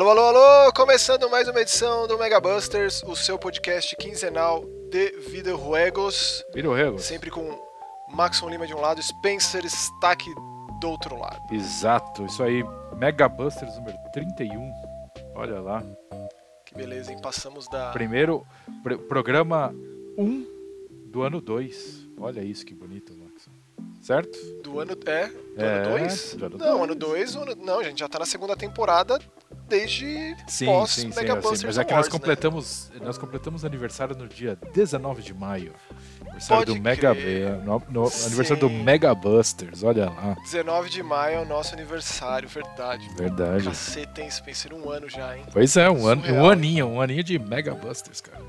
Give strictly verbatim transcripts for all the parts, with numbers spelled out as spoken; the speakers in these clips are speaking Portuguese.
Alô, alô, alô! Começando mais uma edição do Mega Busters, o seu podcast quinzenal de videojuegos. Videojuegos. Sempre com Maxon Lima de um lado, Spencer Stack do outro lado. Exato, isso aí. Mega Busters número trinta e um. Olha lá. Que beleza, hein? Passamos da... Primeiro pr- programa um do ano dois. Olha isso, que bonito, Maxon. Certo? Do ano... É? Do É, ano dois? do ano Não, dois. ano dois... Ano... Não, a gente já tá na segunda temporada desde Sim, pós sim, sim. Mega Assim, Busters mas é que Awards, nós completamos, né? nós completamos aniversário no dia dezenove de maio. Aniversário Pode do Mega crer. no, no, Sim. aniversário do Mega Busters, olha lá. dezenove de maio é o nosso aniversário, verdade. Verdade. Caceta, hein, Spencer? Um ano já, hein? Pois é, um, ano, Surreal, um hein? aninho, um aninho de Mega Busters, cara.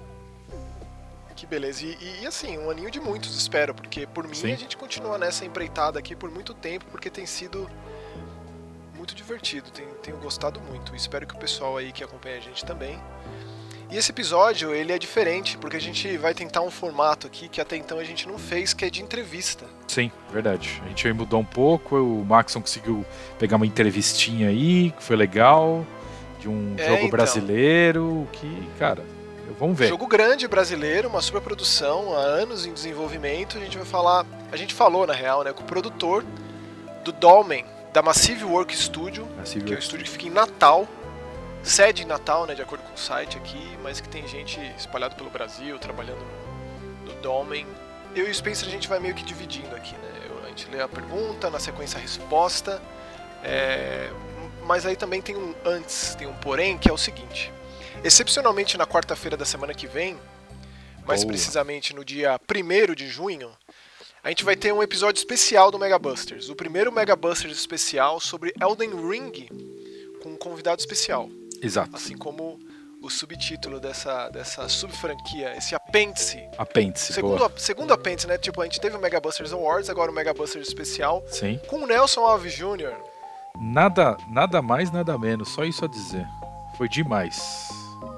Que beleza. E, e, assim, um aninho de muitos, espero, porque por mim Sim. a gente continua nessa empreitada aqui por muito tempo, porque tem sido muito divertido, tenho, tenho gostado muito. Espero que o pessoal aí que acompanha a gente também. E esse episódio, ele é diferente, porque a gente vai tentar um formato aqui que até então a gente não fez, que é de entrevista. Sim, verdade. A gente mudou um pouco, o Maxon conseguiu pegar uma entrevistinha aí, que foi legal, de um É, jogo então. brasileiro, que, cara, vamos ver. Jogo grande brasileiro, uma superprodução, há anos em desenvolvimento. A gente vai falar, a gente falou na real, né, com o produtor do Dolmen, da Massive Work Studio, Massive que é um Work estúdio que fica em Natal, sede em Natal, né, de acordo com o site aqui, mas que tem gente espalhada pelo Brasil, trabalhando no, no Dolmen. Eu e o Spencer a gente vai meio que dividindo aqui, né, Eu, a gente lê a pergunta, na sequência a resposta, é, mas aí também tem um antes, tem um porém, que é o seguinte: excepcionalmente na quarta-feira da semana que vem, mais Boa. precisamente no dia primeiro de junho, a gente vai ter um episódio especial do Mega Busters. O primeiro Mega Busters especial sobre Elden Ring, com um convidado especial. Exato. Assim como o subtítulo dessa, dessa subfranquia, esse apêndice. Apêndice, Segundo, boa. a, segundo apêndice, né? Tipo, a gente teve o Mega Busters Awards, agora o Mega Busters especial, Sim. com o Nelson Alves Júnior Nada, nada mais, nada menos, só isso a dizer. Foi demais.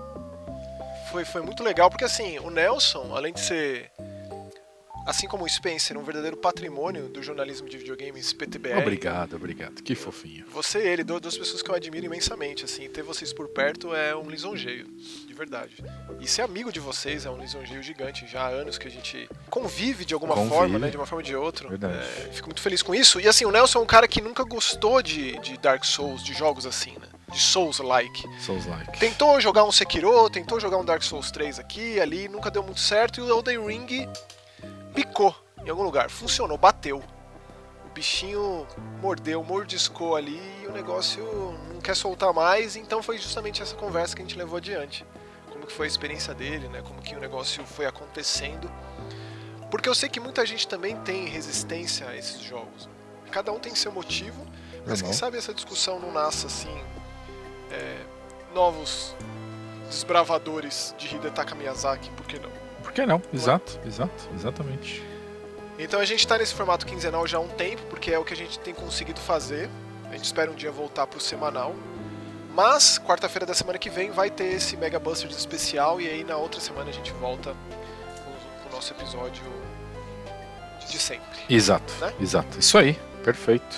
Foi, foi muito legal, porque assim, o Nelson, além de ser, assim como o Spencer, um verdadeiro patrimônio do jornalismo de videogames P T B R. Obrigado, obrigado. Que fofinho. Você e ele, duas pessoas que eu admiro imensamente, assim, ter vocês por perto é um lisonjeio, de verdade. E ser amigo de vocês é um lisonjeio gigante, já há anos que a gente convive de alguma Convive. forma, né, de uma forma ou de outra. Verdade. É, fico muito feliz com isso. E assim, o Nelson é um cara que nunca gostou de, de Dark Souls, de jogos assim, né, de Souls-like. Souls-like. Tentou jogar um Sekiro, tentou jogar um Dark Souls três aqui, ali, nunca deu muito certo, e o Elden Ring picou em algum lugar, funcionou, bateu. O bichinho mordeu, mordiscou ali e o negócio não quer soltar mais, então foi justamente essa conversa que a gente levou adiante. Como que foi a experiência dele, né? Como que o negócio foi acontecendo. Porque eu sei que muita gente também tem resistência a esses jogos. Cada um tem seu motivo, mas Normal. quem sabe essa discussão não nasce assim, é, novos desbravadores de Hidetaka Miyazaki, por que não? Por que não? Exato, exato, exatamente. Então a gente tá nesse formato quinzenal já há um tempo, porque é o que a gente tem conseguido fazer. A gente espera um dia voltar pro semanal. Mas, quarta-feira da semana que vem, vai ter esse Mega Busters especial, e aí na outra semana a gente volta com, com o nosso episódio de sempre. Exato, Né? exato. Isso aí, perfeito.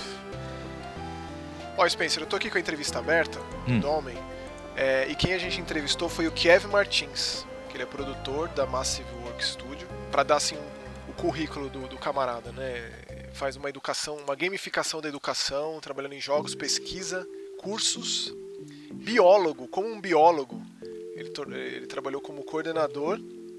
Ó, Spencer, eu tô aqui com a entrevista aberta Hum. do Homem, é, e quem a gente entrevistou foi o Kiev Martins, que ele é produtor da Massive Work Studio, pra dar assim um, o currículo do, do camarada, né? Faz uma educação, uma gamificação da educação, trabalhando em jogos, pesquisa, cursos, biólogo, como um biólogo. Ele, tor- ele trabalhou como coordenador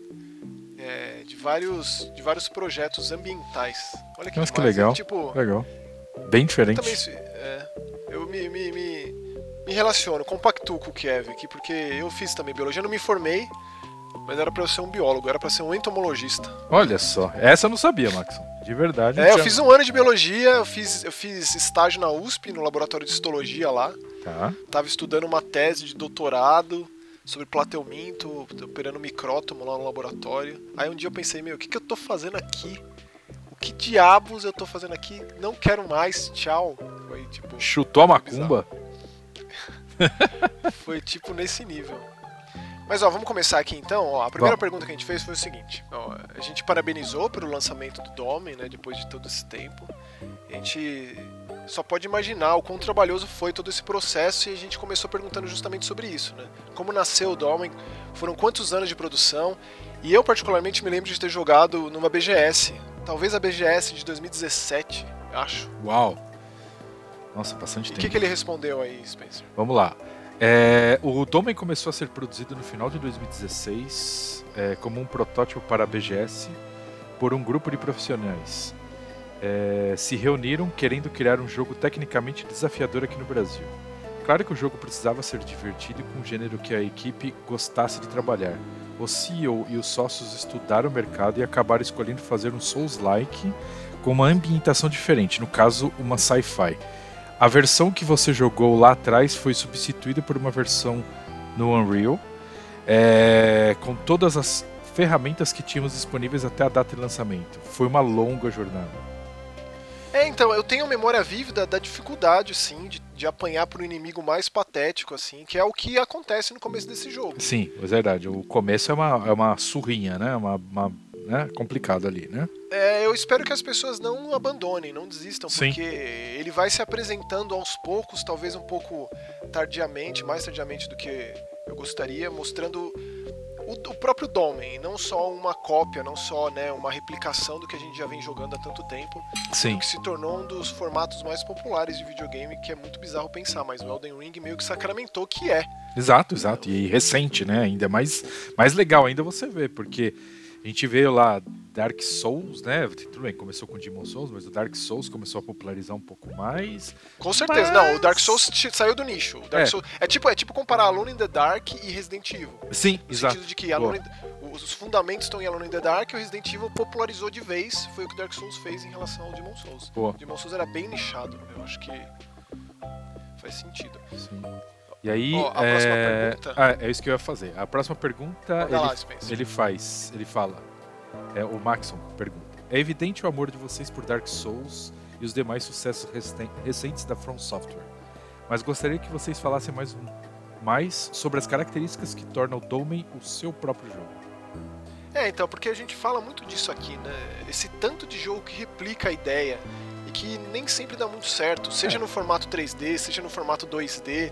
é, de, vários, de vários projetos ambientais. Olha que Mas que demais, legal. ele, tipo, Legal. Bem diferente. também, é, eu me, me, me, me relaciono, compactuo com o Kiev aqui, porque eu fiz também biologia, eu não me formei, mas era pra eu ser um biólogo, era pra ser um entomologista. Olha só, essa eu não sabia, Maxon. De verdade. É, eu tinha- fiz um ano de biologia, eu fiz, eu fiz estágio na U S P, no laboratório de histologia lá, Tá. tava estudando uma tese de doutorado sobre plateuminto, operando micrótomo lá no laboratório. Aí um dia eu pensei, meu, o que, que eu tô fazendo aqui? O que diabos eu tô fazendo aqui? Não quero mais, tchau. Foi tipo... Chutou a macumba. Foi tipo nesse nível. Mas ó, vamos começar aqui então. Ó, a primeira Vamos. pergunta que a gente fez foi o seguinte: ó, a gente parabenizou pelo lançamento do Dolmen, né, depois de todo esse tempo. A gente só pode imaginar o quão trabalhoso foi todo esse processo, e a gente começou perguntando justamente sobre isso, né? Como nasceu o Dolmen, foram quantos anos de produção, e eu particularmente me lembro de ter jogado numa B G S, talvez a B G S de dois mil e dezessete, acho. Uau! Nossa, bastante e tempo. E o que, que ele respondeu aí, Spencer? Vamos lá. É, o Dolmen começou a ser produzido no final de dois mil e dezesseis é, como um protótipo para a B G S por um grupo de profissionais. É, se reuniram querendo criar um jogo tecnicamente desafiador aqui no Brasil. Claro que o jogo precisava ser divertido e com um gênero que a equipe gostasse de trabalhar. O C E O e os sócios estudaram o mercado e acabaram escolhendo fazer um Souls-like com uma ambientação diferente, no caso, uma sci-fi. A versão que você jogou lá atrás foi substituída por uma versão no Unreal, é, com todas as ferramentas que tínhamos disponíveis até a data de lançamento. Foi uma longa jornada. É, então, eu tenho memória vívida da dificuldade, sim, de, de apanhar por um inimigo mais patético, assim, que é o que acontece no começo desse jogo. Sim, é verdade. O começo é uma, é uma surrinha, né? Uma, uma, né? Complicado ali, né? É, eu espero que as pessoas não abandonem, não desistam, Sim. porque ele vai se apresentando aos poucos, talvez um pouco tardiamente, mais tardiamente do que eu gostaria, mostrando o, o próprio Dolmen, não só uma cópia, não só, né, uma replicação do que a gente já vem jogando há tanto tempo. Sim. Que se tornou um dos formatos mais populares de videogame, que é muito bizarro pensar, mas o Elden Ring meio que sacramentou que é. Exato, exato. E recente, né? Ainda mais, mais legal ainda você ver, porque a gente veio lá Dark Souls, né? Tudo bem, começou com Demon Souls, mas o Dark Souls começou a popularizar um pouco mais. Com certeza, mas... não, o Dark Souls saiu do nicho. O Dark É. Souls, é, tipo, é tipo comparar Alone in the Dark e Resident Evil. Sim, no exato. sentido de que Alone in, os fundamentos estão em Alone in the Dark e o Resident Evil popularizou de vez, foi o que o Dark Souls fez em relação ao Demon Souls. Boa. O Demon Souls era bem nichado, eu acho que faz sentido. Sim. E aí, Ó, a é... próxima pergunta... Ah, é isso que eu ia fazer. A próxima pergunta, Manda ele, lá, Spencer. ele faz, ele fala, é, o Maxon pergunta, é evidente o amor de vocês por Dark Souls e os demais sucessos recentes da From Software, mas gostaria que vocês falassem mais, um, mais sobre as características que tornam o Dolmen o seu próprio jogo. É, então, porque a gente fala muito disso aqui, né? Esse tanto de jogo que replica a ideia e que nem sempre dá muito certo, seja É. no formato três D, seja no formato dois D,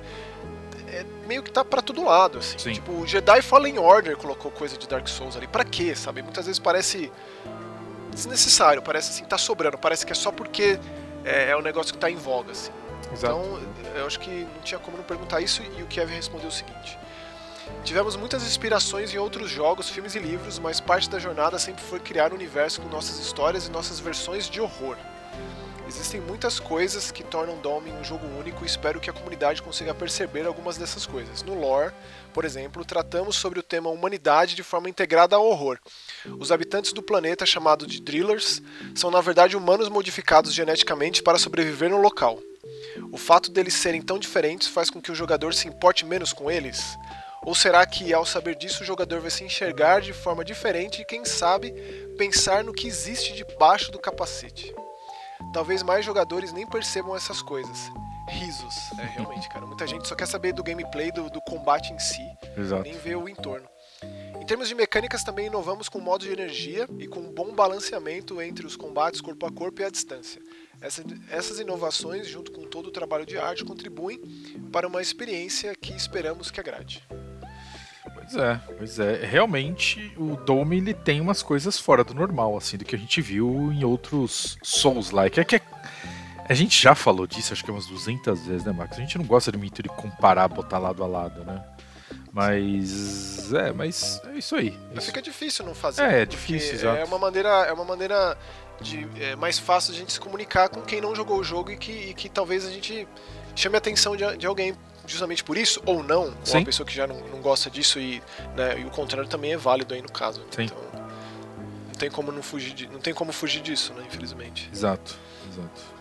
é meio que tá pra todo lado, assim. Sim. Tipo, o Jedi Fallen Order colocou coisa de Dark Souls ali. Pra quê, sabe? Muitas vezes parece desnecessário, parece assim, tá sobrando, parece que é só porque é, é um negócio que tá em voga, assim. Exato. Então, eu acho que não tinha como não perguntar isso, e o Kevin respondeu o seguinte: tivemos muitas inspirações em outros jogos, filmes e livros, mas parte da jornada sempre foi criar um universo com nossas histórias e nossas versões de horror. Existem muitas coisas que tornam Dolmen um jogo único e espero que a comunidade consiga perceber algumas dessas coisas. No lore, por exemplo, tratamos sobre o tema humanidade de forma integrada ao horror. Os habitantes do planeta, chamado de Drillers, são na verdade humanos modificados geneticamente para sobreviver no local. O fato deles serem tão diferentes faz com que o jogador se importe menos com eles? Ou será que, ao saber disso, o jogador vai se enxergar de forma diferente e, quem sabe, pensar no que existe debaixo do capacete? Talvez mais jogadores nem percebam essas coisas. Risos. É, realmente, cara. Muita gente só quer saber do gameplay, do, do combate em si. Exato. Nem ver o entorno. Em termos de mecânicas, também inovamos com modo de energia e com um bom balanceamento entre os combates corpo a corpo e a distância. Essa, essas inovações, junto com todo o trabalho de arte, contribuem para uma experiência que esperamos que agrade. Pois é, pois é. Realmente o Dolmen ele tem umas coisas fora do normal, assim, do que a gente viu em outros Souls-like. É que é... a gente já falou disso, acho que umas duzentas vezes, né, Marcos? A gente não gosta muito de comparar, botar lado a lado, né? Mas é, mas é isso aí. É Mas isso. fica difícil não fazer. É, é difícil, exato. É uma maneira, é uma maneira de é, mais fácil a gente se comunicar com quem não jogou o jogo e que, e que talvez a gente chame a atenção de, de alguém justamente por isso, ou não, ou Sim. uma pessoa que já não, não gosta disso e, né, e o contrário também é válido aí no caso. Né? Sim. Então não tem como não fugir, de, não tem como fugir disso, né, infelizmente. Exato, exato.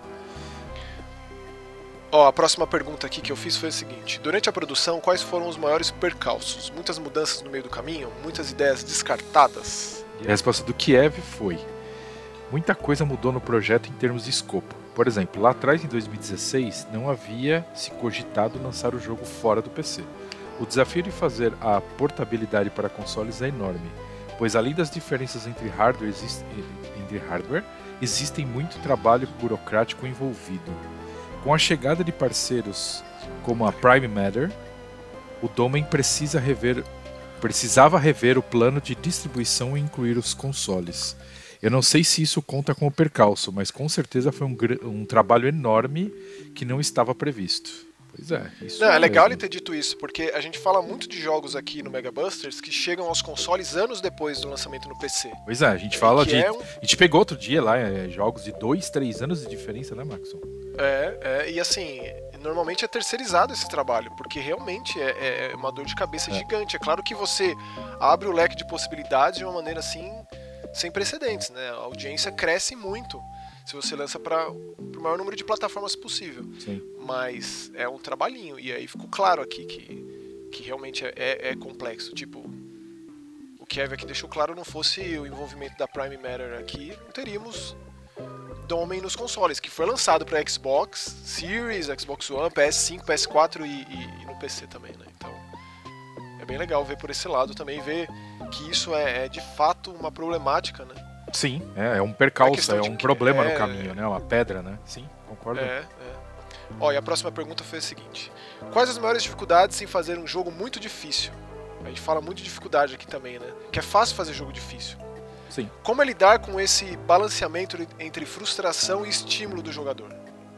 Ó, a próxima pergunta aqui que eu fiz foi a seguinte: durante a produção, quais foram os maiores percalços? Muitas mudanças no meio do caminho? Muitas ideias descartadas? E a resposta do Kiev foi: muita coisa mudou no projeto em termos de escopo. Por exemplo, lá atrás, em dois mil e dezesseis, não havia se cogitado lançar o jogo fora do P C. O desafio de fazer a portabilidade para consoles é enorme, pois além das diferenças entre hardware, existe, entre hardware existem muito trabalho burocrático envolvido. Com a chegada de parceiros como a Prime Matter, o Domain precisa rever, precisava rever o plano de distribuição e incluir os consoles. Eu não sei se isso conta como percalço, mas com certeza foi um, um trabalho enorme que não estava previsto. Pois é, isso Não, é legal mesmo. ele ter dito isso, porque a gente fala muito de jogos aqui no Mega Busters que chegam aos consoles anos depois do lançamento no P C. Pois é, a gente fala que de... é um- A gente pegou outro dia lá, é, jogos de dois, três anos de diferença, né, Maxon? É, é, e assim, normalmente é terceirizado esse trabalho, porque realmente é, é uma dor de cabeça É. gigante. É claro que você abre o leque de possibilidades de uma maneira assim, sem precedentes, né? A audiência cresce muito se você lança para o maior número de plataformas possível. Sim. Mas é um trabalhinho, e aí ficou claro aqui que, que realmente é, é, é complexo. Tipo, o Kevin aqui deixou claro, não fosse o envolvimento da Prime Matter aqui, não teríamos Domain nos consoles, que foi lançado para Xbox Series, Xbox One, P S cinco, P S quatro e, e, e no P C também, né? Então é bem legal ver por esse lado também, ver que isso é, é de fato uma problemática, né? Sim, é, é um É percalço, questão é de um que- problema é- no caminho, né? Uma pedra, né? Sim, concordo. É, é. Ó, e a próxima pergunta foi a seguinte: quais as maiores dificuldades em fazer um jogo muito difícil? A gente fala muito de dificuldade aqui também, né? Que é fácil fazer jogo difícil. Sim. Como é lidar com esse balanceamento entre frustração e estímulo do jogador?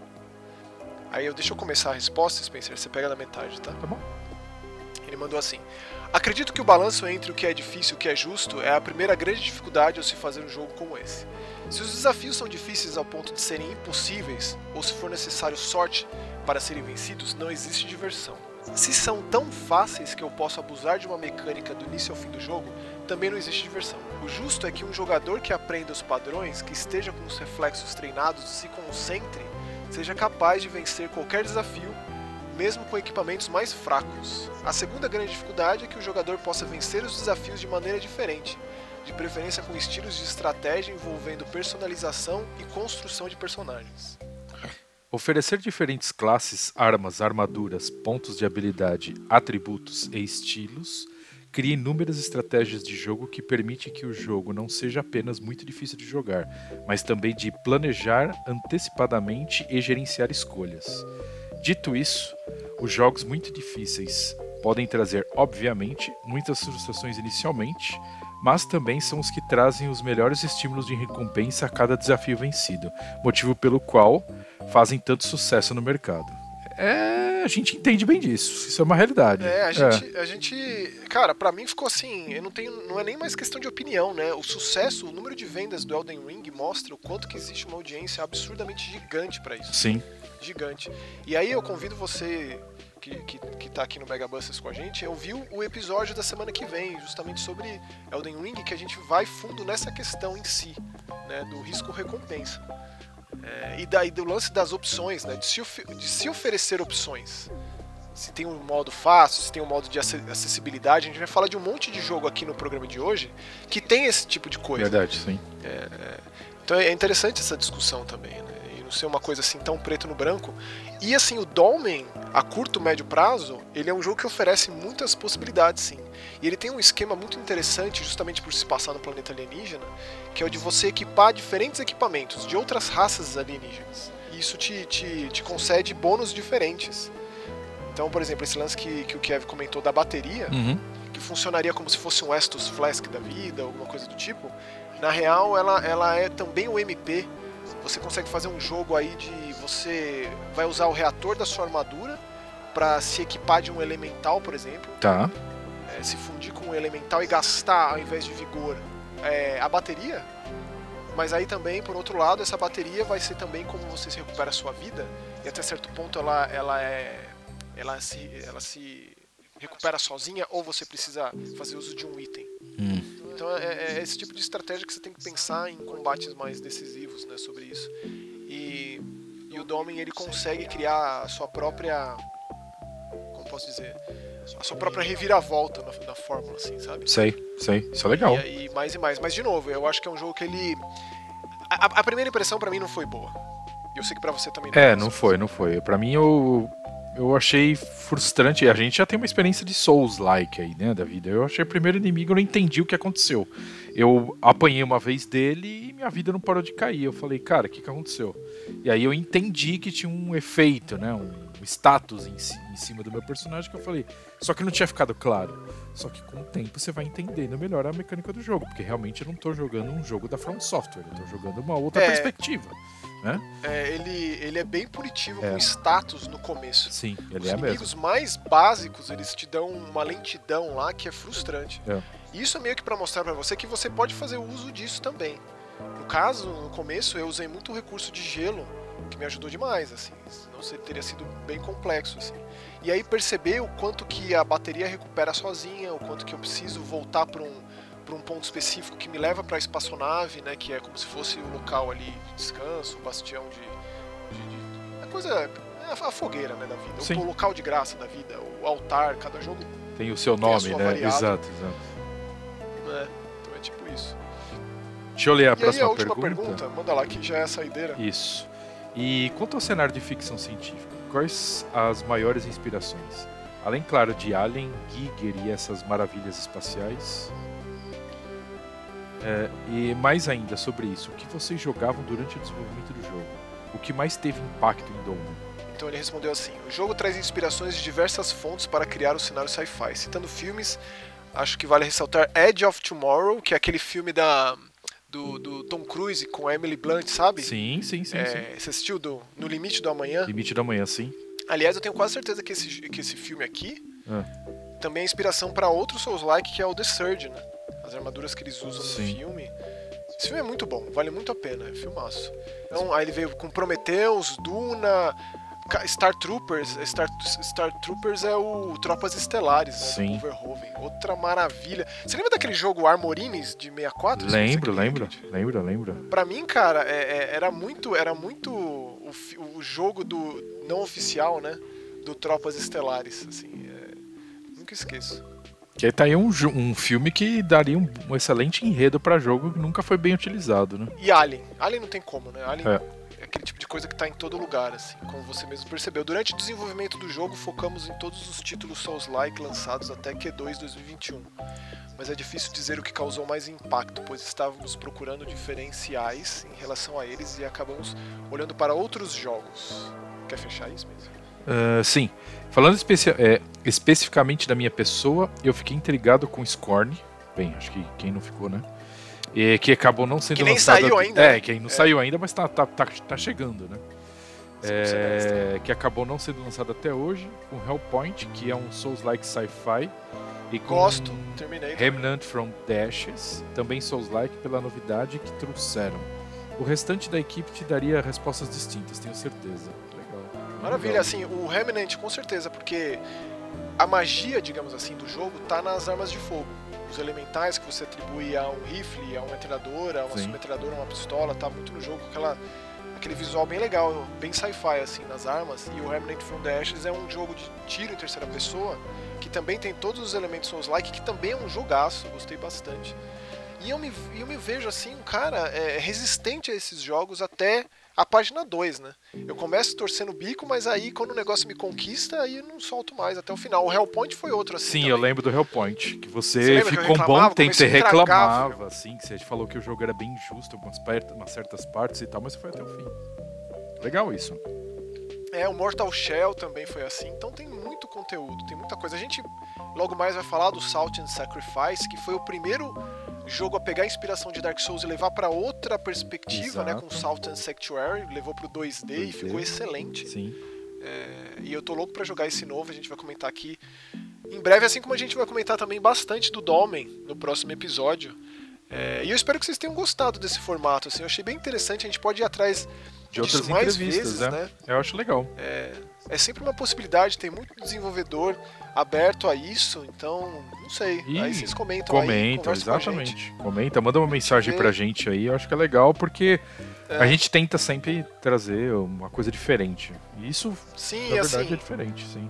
Aí eu, deixa eu começar a resposta, Spencer, você pega na metade, tá? Tá bom. Ele mandou assim: acredito que o balanço entre o que é difícil e o que é justo é a primeira grande dificuldade ao se fazer um jogo como esse. Se os desafios são difíceis ao ponto de serem impossíveis, ou se for necessário sorte para serem vencidos, não existe diversão. Se são tão fáceis que eu posso abusar de uma mecânica do início ao fim do jogo, também não existe diversão. O justo é que um jogador que aprenda os padrões, que esteja com os reflexos treinados e se concentre, seja capaz de vencer qualquer desafio, mesmo com equipamentos mais fracos. A segunda grande dificuldade é que o jogador possa vencer os desafios de maneira diferente, de preferência com estilos de estratégia envolvendo personalização e construção de personagens. Oferecer diferentes classes, armas, armaduras, pontos de habilidade, atributos e estilos cria inúmeras estratégias de jogo que permitem que o jogo não seja apenas muito difícil de jogar, mas também de planejar antecipadamente e gerenciar escolhas. Dito isso, os jogos muito difíceis podem trazer, obviamente, muitas frustrações inicialmente, mas também são os que trazem os melhores estímulos de recompensa a cada desafio vencido, motivo pelo qual fazem tanto sucesso no mercado. É, a gente entende bem disso, isso é uma realidade. É, a gente, a gente, cara, pra mim ficou assim, eu não tenho, não é nem mais questão de opinião, né? O sucesso, o número de vendas do Elden Ring mostra o quanto que existe uma audiência absurdamente gigante pra isso. Sim. Gigante. E aí eu convido você que, que, que tá aqui no Mega Busters com a gente, eu vi o episódio da semana que vem, justamente sobre Elden Ring, que a gente vai fundo nessa questão em si, né, do risco-recompensa. É, e daí do lance das opções, né, de se, de se oferecer opções. Se tem um modo fácil, se tem um modo de acessibilidade. A gente vai falar de um monte de jogo aqui no programa de hoje que tem esse tipo de coisa. Verdade, sim. É, é, então é interessante essa discussão também, né? E não ser uma coisa assim tão preto no branco. E assim, o Dolmen, a curto, médio prazo, ele é um jogo que oferece muitas possibilidades, sim. E ele tem um esquema muito interessante, justamente por se passar no planeta alienígena, que é o de você equipar diferentes equipamentos de outras raças alienígenas. E isso te, te, te concede bônus diferentes. Então, por exemplo, esse lance que, que o Kev comentou da bateria, Uhum. que funcionaria como se fosse um Estus Flask da vida, alguma coisa do tipo, na real ela, ela é também um M P. Você consegue fazer um jogo aí de... Você vai usar o reator da sua armadura para se equipar de um elemental, por exemplo. Tá. É, se fundir com um elemental e gastar, ao invés de vigor, é, a bateria. Mas aí também, por outro lado, essa bateria vai ser também como você se recupera a sua vida. E até certo ponto ela, ela é... Ela se, ela se recupera sozinha ou você precisa fazer uso de um item. Hum. Então é, é esse tipo de estratégia que você tem que pensar em combates mais decisivos, né, sobre isso. E, e o Domen, ele consegue criar a sua própria... Como posso dizer? A sua própria reviravolta na, na fórmula, assim, sabe? Sei, sei. Isso é legal. E aí mais e mais. Mas, de novo, eu acho que é um jogo que ele... A, a primeira impressão pra mim não foi boa. E eu sei que pra você também não É, foi. não foi, não foi. Pra mim, eu, eu achei frustrante. A gente já tem uma experiência de Souls-like aí, né, da vida. Eu achei o primeiro inimigo, eu não entendi o que aconteceu. Eu apanhei uma vez dele e minha vida não parou de cair. Eu falei, cara, o que, que aconteceu? E aí eu entendi que tinha um efeito, né? Um status em, ci- em cima do meu personagem que eu falei. Só que não tinha ficado claro. Só que com o tempo você vai entendendo melhor a mecânica do jogo. Porque realmente eu não tô jogando um jogo da From Software. Eu tô jogando uma outra É. perspectiva. Né? É, ele, ele é bem punitivo É. com status no começo. Sim, Os ele é mesmo. inimigos mais básicos, eles te dão uma lentidão lá que é frustrante. É. E isso é meio que pra mostrar pra você que você pode fazer uso disso também. No caso, no começo, eu usei muito o recurso de gelo, que me ajudou demais, assim. Senão seria- teria sido bem complexo, assim. E aí perceber o quanto que a bateria recupera sozinha, o quanto que eu preciso voltar pra um, pra um ponto específico que me leva pra espaçonave, né? Que é como se fosse o local ali de descanso, o bastião de... de, de a coisa... é a fogueira, né, da vida. Sim. O local de graça da vida, o altar, cada jogo... Tem o seu Tem a nome, sua né? variável. Exato, exato. Né? Então é tipo isso. Deixa eu ler a E aí próxima a última pergunta. pergunta, manda lá que já é a saideira. Isso. E quanto ao cenário de ficção científica, quais as maiores inspirações? Além, claro, de Alien, Giger e essas maravilhas espaciais. É, e mais ainda sobre isso, o que vocês jogavam durante o desenvolvimento do jogo? O que mais teve impacto em Dawn? Então ele respondeu assim: o jogo traz inspirações de diversas fontes para criar o cenário sci-fi. Citando filmes, acho que vale ressaltar Edge of Tomorrow, que é aquele filme da, do, do Tom Cruise com a Emily Blunt, sabe? Sim, sim, sim, É, sim. você assistiu do No Limite do Amanhã? Limite da Manhã, sim. Aliás, eu tenho quase certeza que esse, que esse filme aqui Ah, também é inspiração para outro Souls-like, que é o The Surge, né? As armaduras que eles usam Sim. no filme. Esse filme é muito bom, vale muito a pena, é filmaço. Então, aí ele veio com Prometheus, Duna, Ca- Star Troopers. Star, Star Troopers é o Tropas Estelares, né? Sim. Do Verhoeven. Outra maravilha. Você lembra daquele jogo Armorines de sessenta e quatro? lembro, Você- lembro, lembro, lembro. Pra mim, cara, é- é- era muito, era muito o, fi- o jogo do não oficial, né? Do Tropas Estelares, assim. é, nunca esqueço. Que aí tá aí um, jo- um filme que daria um, um excelente enredo pra jogo que nunca foi bem utilizado, né? E Alien. Alien não tem como, né? Alien É. é aquele tipo de coisa que tá em todo lugar, assim, como você mesmo percebeu. Durante o desenvolvimento do jogo, focamos em todos os títulos Souls-like lançados até Q dois dois mil e vinte e um. Mas é difícil dizer o que causou mais impacto, pois estávamos procurando diferenciais em relação a eles e acabamos olhando para outros jogos. Quer fechar isso mesmo? Ah, sim. Falando especi- é, especificamente da minha pessoa, eu fiquei intrigado com Scorn. Bem, acho que quem não ficou, né? E que acabou não sendo Que nem lançado. saiu ainda, É, né? quem não É. saiu ainda, mas tá, tá, tá, tá chegando, né? Segundo semestre. É, que acabou não sendo lançado até hoje, com Hellpoint, que é um Souls-like sci-fi. E com Gosto, terminei. também. Remnant from the Ashes, também Souls-like pela novidade que trouxeram. O restante da equipe te daria respostas distintas, tenho certeza. Legal. Maravilha, Legal. assim, o Remnant com certeza, porque a magia, digamos assim, do jogo tá nas armas de fogo. Os elementais que você atribui a um rifle, a uma metralhadora, a uma Sim. submetralhadora, uma pistola, tá muito no jogo, aquela, aquele visual bem legal, bem sci-fi assim nas armas. E o Remnant from the Ashes é um jogo de tiro em terceira pessoa, que também tem todos os elementos Souls-like, que também é um jogaço, gostei bastante. E eu me, eu me vejo assim, um cara é, resistente a esses jogos até a página dois, né? Eu começo torcendo o bico, mas aí quando o negócio me conquista, aí eu não solto mais até o final. O Hellpoint foi outro assim. Sim, também. eu lembro do Hellpoint, que Você você lembra que eu ficou um bom reclamava? tempo, você Comecei intragável. reclamava, assim, que você falou que o jogo era bem injusto, algumas per- umas certas partes e tal, mas você foi até o fim. Legal isso. É, o Mortal Shell também foi assim. Então tem muito conteúdo, tem muita coisa. A gente logo mais vai falar do Salt and Sacrifice, que foi o primeiro jogo a pegar a inspiração de Dark Souls e levar pra outra perspectiva, né, com Exato. Salt and Sanctuary, levou pro dois D e dois D. ficou excelente. Sim. É, e eu tô louco pra jogar esse novo, a gente vai comentar aqui em breve, assim como a gente vai comentar também bastante do Dolmen no próximo episódio. É, e eu espero que vocês tenham gostado desse formato, assim, eu achei bem interessante, a gente pode ir atrás De disso outras mais entrevistas, vezes, né? né? Eu acho legal. É sempre uma possibilidade, tem muito desenvolvedor aberto a isso, então, não sei. E aí vocês comentam aí, Comenta, conversam com a gente. exatamente. Comenta, manda uma mensagem vê. pra gente aí, eu acho que é legal, porque É. a gente tenta sempre trazer uma coisa diferente. E isso, Sim, na assim, verdade, é diferente, sim.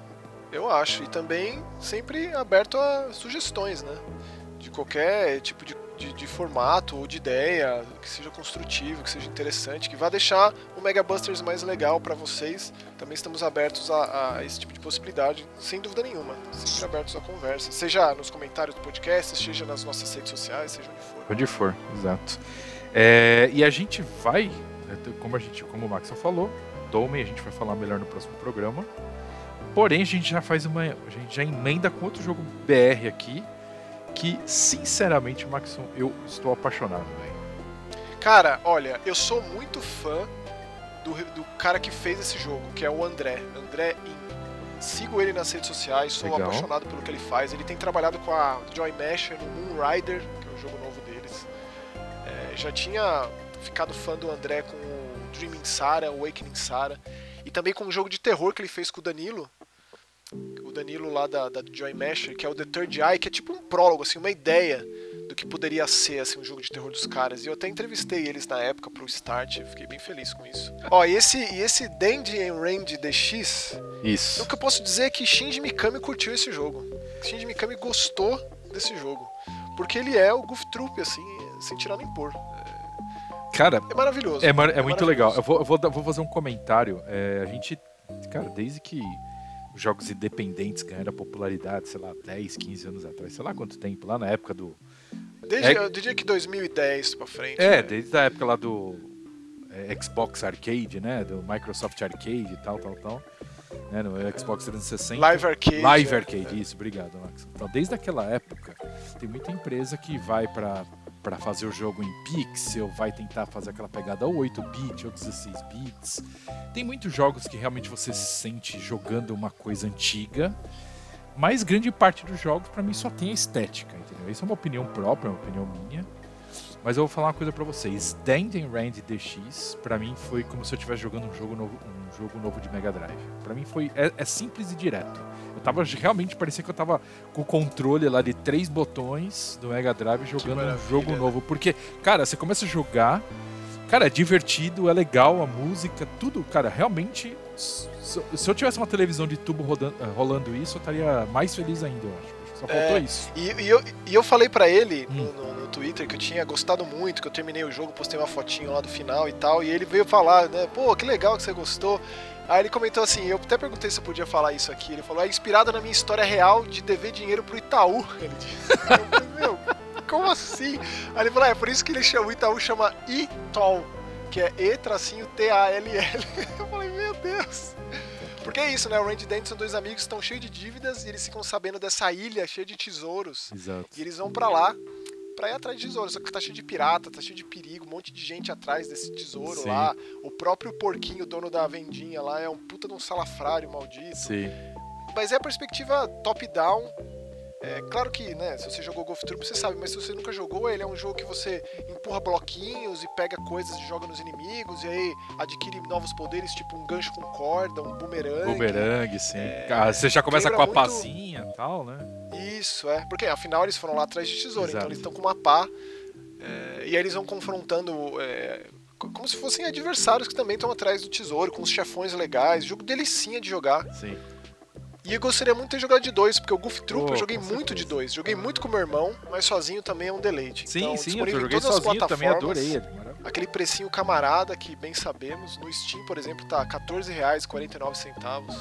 eu acho. E também sempre aberto a sugestões, né? De qualquer tipo de, de, de formato ou de ideia, que seja construtivo, que seja interessante, que vá deixar o Mega Busters mais legal pra vocês. Também estamos abertos a, a esse tipo de possibilidade, sem dúvida nenhuma. Sempre abertos à conversa. Seja nos comentários do podcast, seja nas nossas redes sociais, seja onde for. Onde for, exato. É, e a gente vai como, a gente, como o Maxon falou, Dolmen a gente vai falar melhor no próximo programa. Porém, a gente já faz uma. A gente já emenda com outro jogo B R aqui, que, sinceramente, Maxon, eu estou apaixonado, velho. Cara, olha, eu sou muito fã do, do cara que fez esse jogo, que é o André. André In. Sigo ele nas redes sociais, sou Legal. apaixonado pelo que ele faz. Ele tem trabalhado com a Joy Masher no Moon Rider, que é o jogo novo deles. É, já tinha ficado fã do André com o Dreaming Sara, Awakening Sara. E também com um jogo de terror que ele fez com o Danilo. O Danilo lá da, da Joy Masher, que é o The Third Eye, que é tipo um prólogo, assim, uma ideia do que poderia ser assim, um jogo de terror dos caras. E eu até entrevistei eles na época pro Start, fiquei bem feliz com isso. Ó, e esse, e esse Dandy and Randy D X, Isso. o que eu posso dizer é que Shinji Mikami curtiu esse jogo. Shinji Mikami gostou desse jogo. Porque ele é o Goof Troop, assim, sem tirar nem pôr. Cara, É maravilhoso. é, mar- é muito legal. maravilhoso. Eu vou, eu vou, dar- vou fazer um comentário. É, a gente, cara, desde que os jogos independentes ganharam popularidade, sei lá, dez, quinze anos atrás, sei lá quanto tempo, lá na época do... Desde, é- eu diria que dois mil e dez pra frente. É, né? desde a época lá do é, Xbox Arcade, né, do Microsoft Arcade e tal, tal, tal, né, no Xbox trezentos e sessenta. Live Arcade. Live é. Arcade, isso, obrigado, Max. Então, desde aquela época, tem muita empresa que vai pra, pra fazer o jogo em pixel, vai tentar fazer aquela pegada ou oito bits ou dezesseis bits. Tem muitos jogos que realmente você se sente jogando uma coisa antiga, mas grande parte dos jogos, pra mim, só tem a estética, entendeu? Isso é uma opinião própria, uma opinião minha. Mas eu vou falar uma coisa pra vocês. Dandy Rand D X, pra mim, foi como se eu estivesse jogando um jogo novo, um jogo novo de Mega Drive. Pra mim foi é, é simples e direto. Eu tava realmente, parecia que eu tava com o controle lá de três botões do Mega Drive jogando um maravilha, jogo né? novo. Porque, cara, você começa a jogar, cara, é divertido, é legal, a música, tudo, cara, realmente. Se se eu tivesse uma televisão de tubo rodando, rolando isso, eu estaria mais feliz ainda, eu acho. Só faltou É, isso. E, e eu, e eu falei pra ele Hum. no, no- no Twitter que eu tinha gostado muito, que eu terminei o jogo, postei uma fotinho lá do final e tal, e ele veio falar, né, pô, que legal que você gostou. Aí ele comentou assim, eu até perguntei se eu podia falar isso aqui, ele falou, é inspirado na minha história real de dever dinheiro pro Itaú. Ele disse, eu falei, meu, como assim? Aí ele falou, é por isso que ele chama, o Itaú chama I-T-O-L, que é E-T A L L. Eu falei, meu Deus. Porque é isso, né? O Randy e Dandy são dois amigos que estão cheios de dívidas e eles ficam sabendo dessa ilha cheia de tesouros. Exato. E eles vão pra lá pra ir atrás de tesouros. Só que tá cheio de pirata, tá cheio de perigo, um monte de gente atrás desse tesouro Sim. lá. O próprio porquinho, dono da vendinha lá, é um puta de um salafrário maldito. Sim. Mas é a perspectiva top-down. É claro que, né, se você jogou Golf Troop, você sabe, mas se você nunca jogou, ele é um jogo que você empurra bloquinhos e pega coisas e joga nos inimigos, e aí adquire novos poderes, tipo um gancho com corda, um bumerangue. Bumerangue, sim. Ah, você já começa com a lembra muito- pazinha e tal, né? Isso, é. Porque afinal eles foram lá atrás de tesouro, Exato. então eles estão com uma pá. é, e aí eles vão confrontando. é, co- como se fossem adversários que também estão atrás do tesouro, com os chefões legais. Jogo delicinha de jogar. Sim. E eu gostaria muito de ter jogado de dois, porque o Goof Troop Oh, eu joguei com muito certeza. de dois. Joguei muito com meu irmão, mas sozinho também é um deleite. Sim, então, sim, eu disponível em joguei todas as sozinho também, plataformas. adorei ele. Maravilhoso. Aquele precinho camarada que bem sabemos. No Steam, por exemplo, tá quatorze reais e quarenta e nove centavos.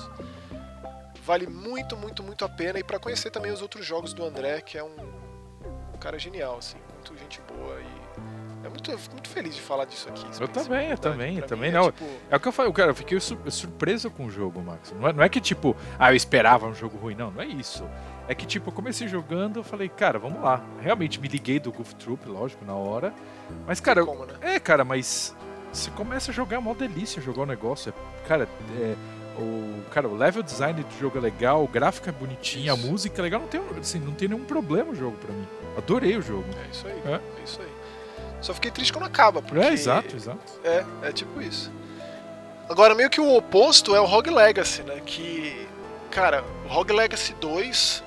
Vale muito, muito, muito a pena. E pra conhecer também os outros jogos do André, que é um, um cara genial, assim. Muito gente boa e... É muito, eu fico muito feliz de falar disso aqui. Eu também, eu também, Pra também mim não. É, tipo, É o que eu falei, cara, eu fiquei sur- surpreso com o jogo, Max. Não é, não é que tipo, ah, eu esperava um jogo ruim, não, não é isso. É que tipo, eu comecei jogando, eu falei, cara, vamos lá. Realmente me liguei do Goof Troop, lógico, na hora. Mas, cara, eu- como, né? é, cara, mas você começa a jogar, é uma delícia jogar o negócio. É, cara, é, o, cara, o level design do jogo é legal, o gráfico é bonitinho, a Isso. música é legal, não tem, assim, não tem nenhum problema o jogo pra mim. Adorei o jogo. É isso aí, É. é, isso aí. Só fiquei triste quando acaba, porque... É, exato, exato. É, é tipo isso. Agora, meio que o oposto é o Rogue Legacy, né? Que, cara, o Rogue Legacy dois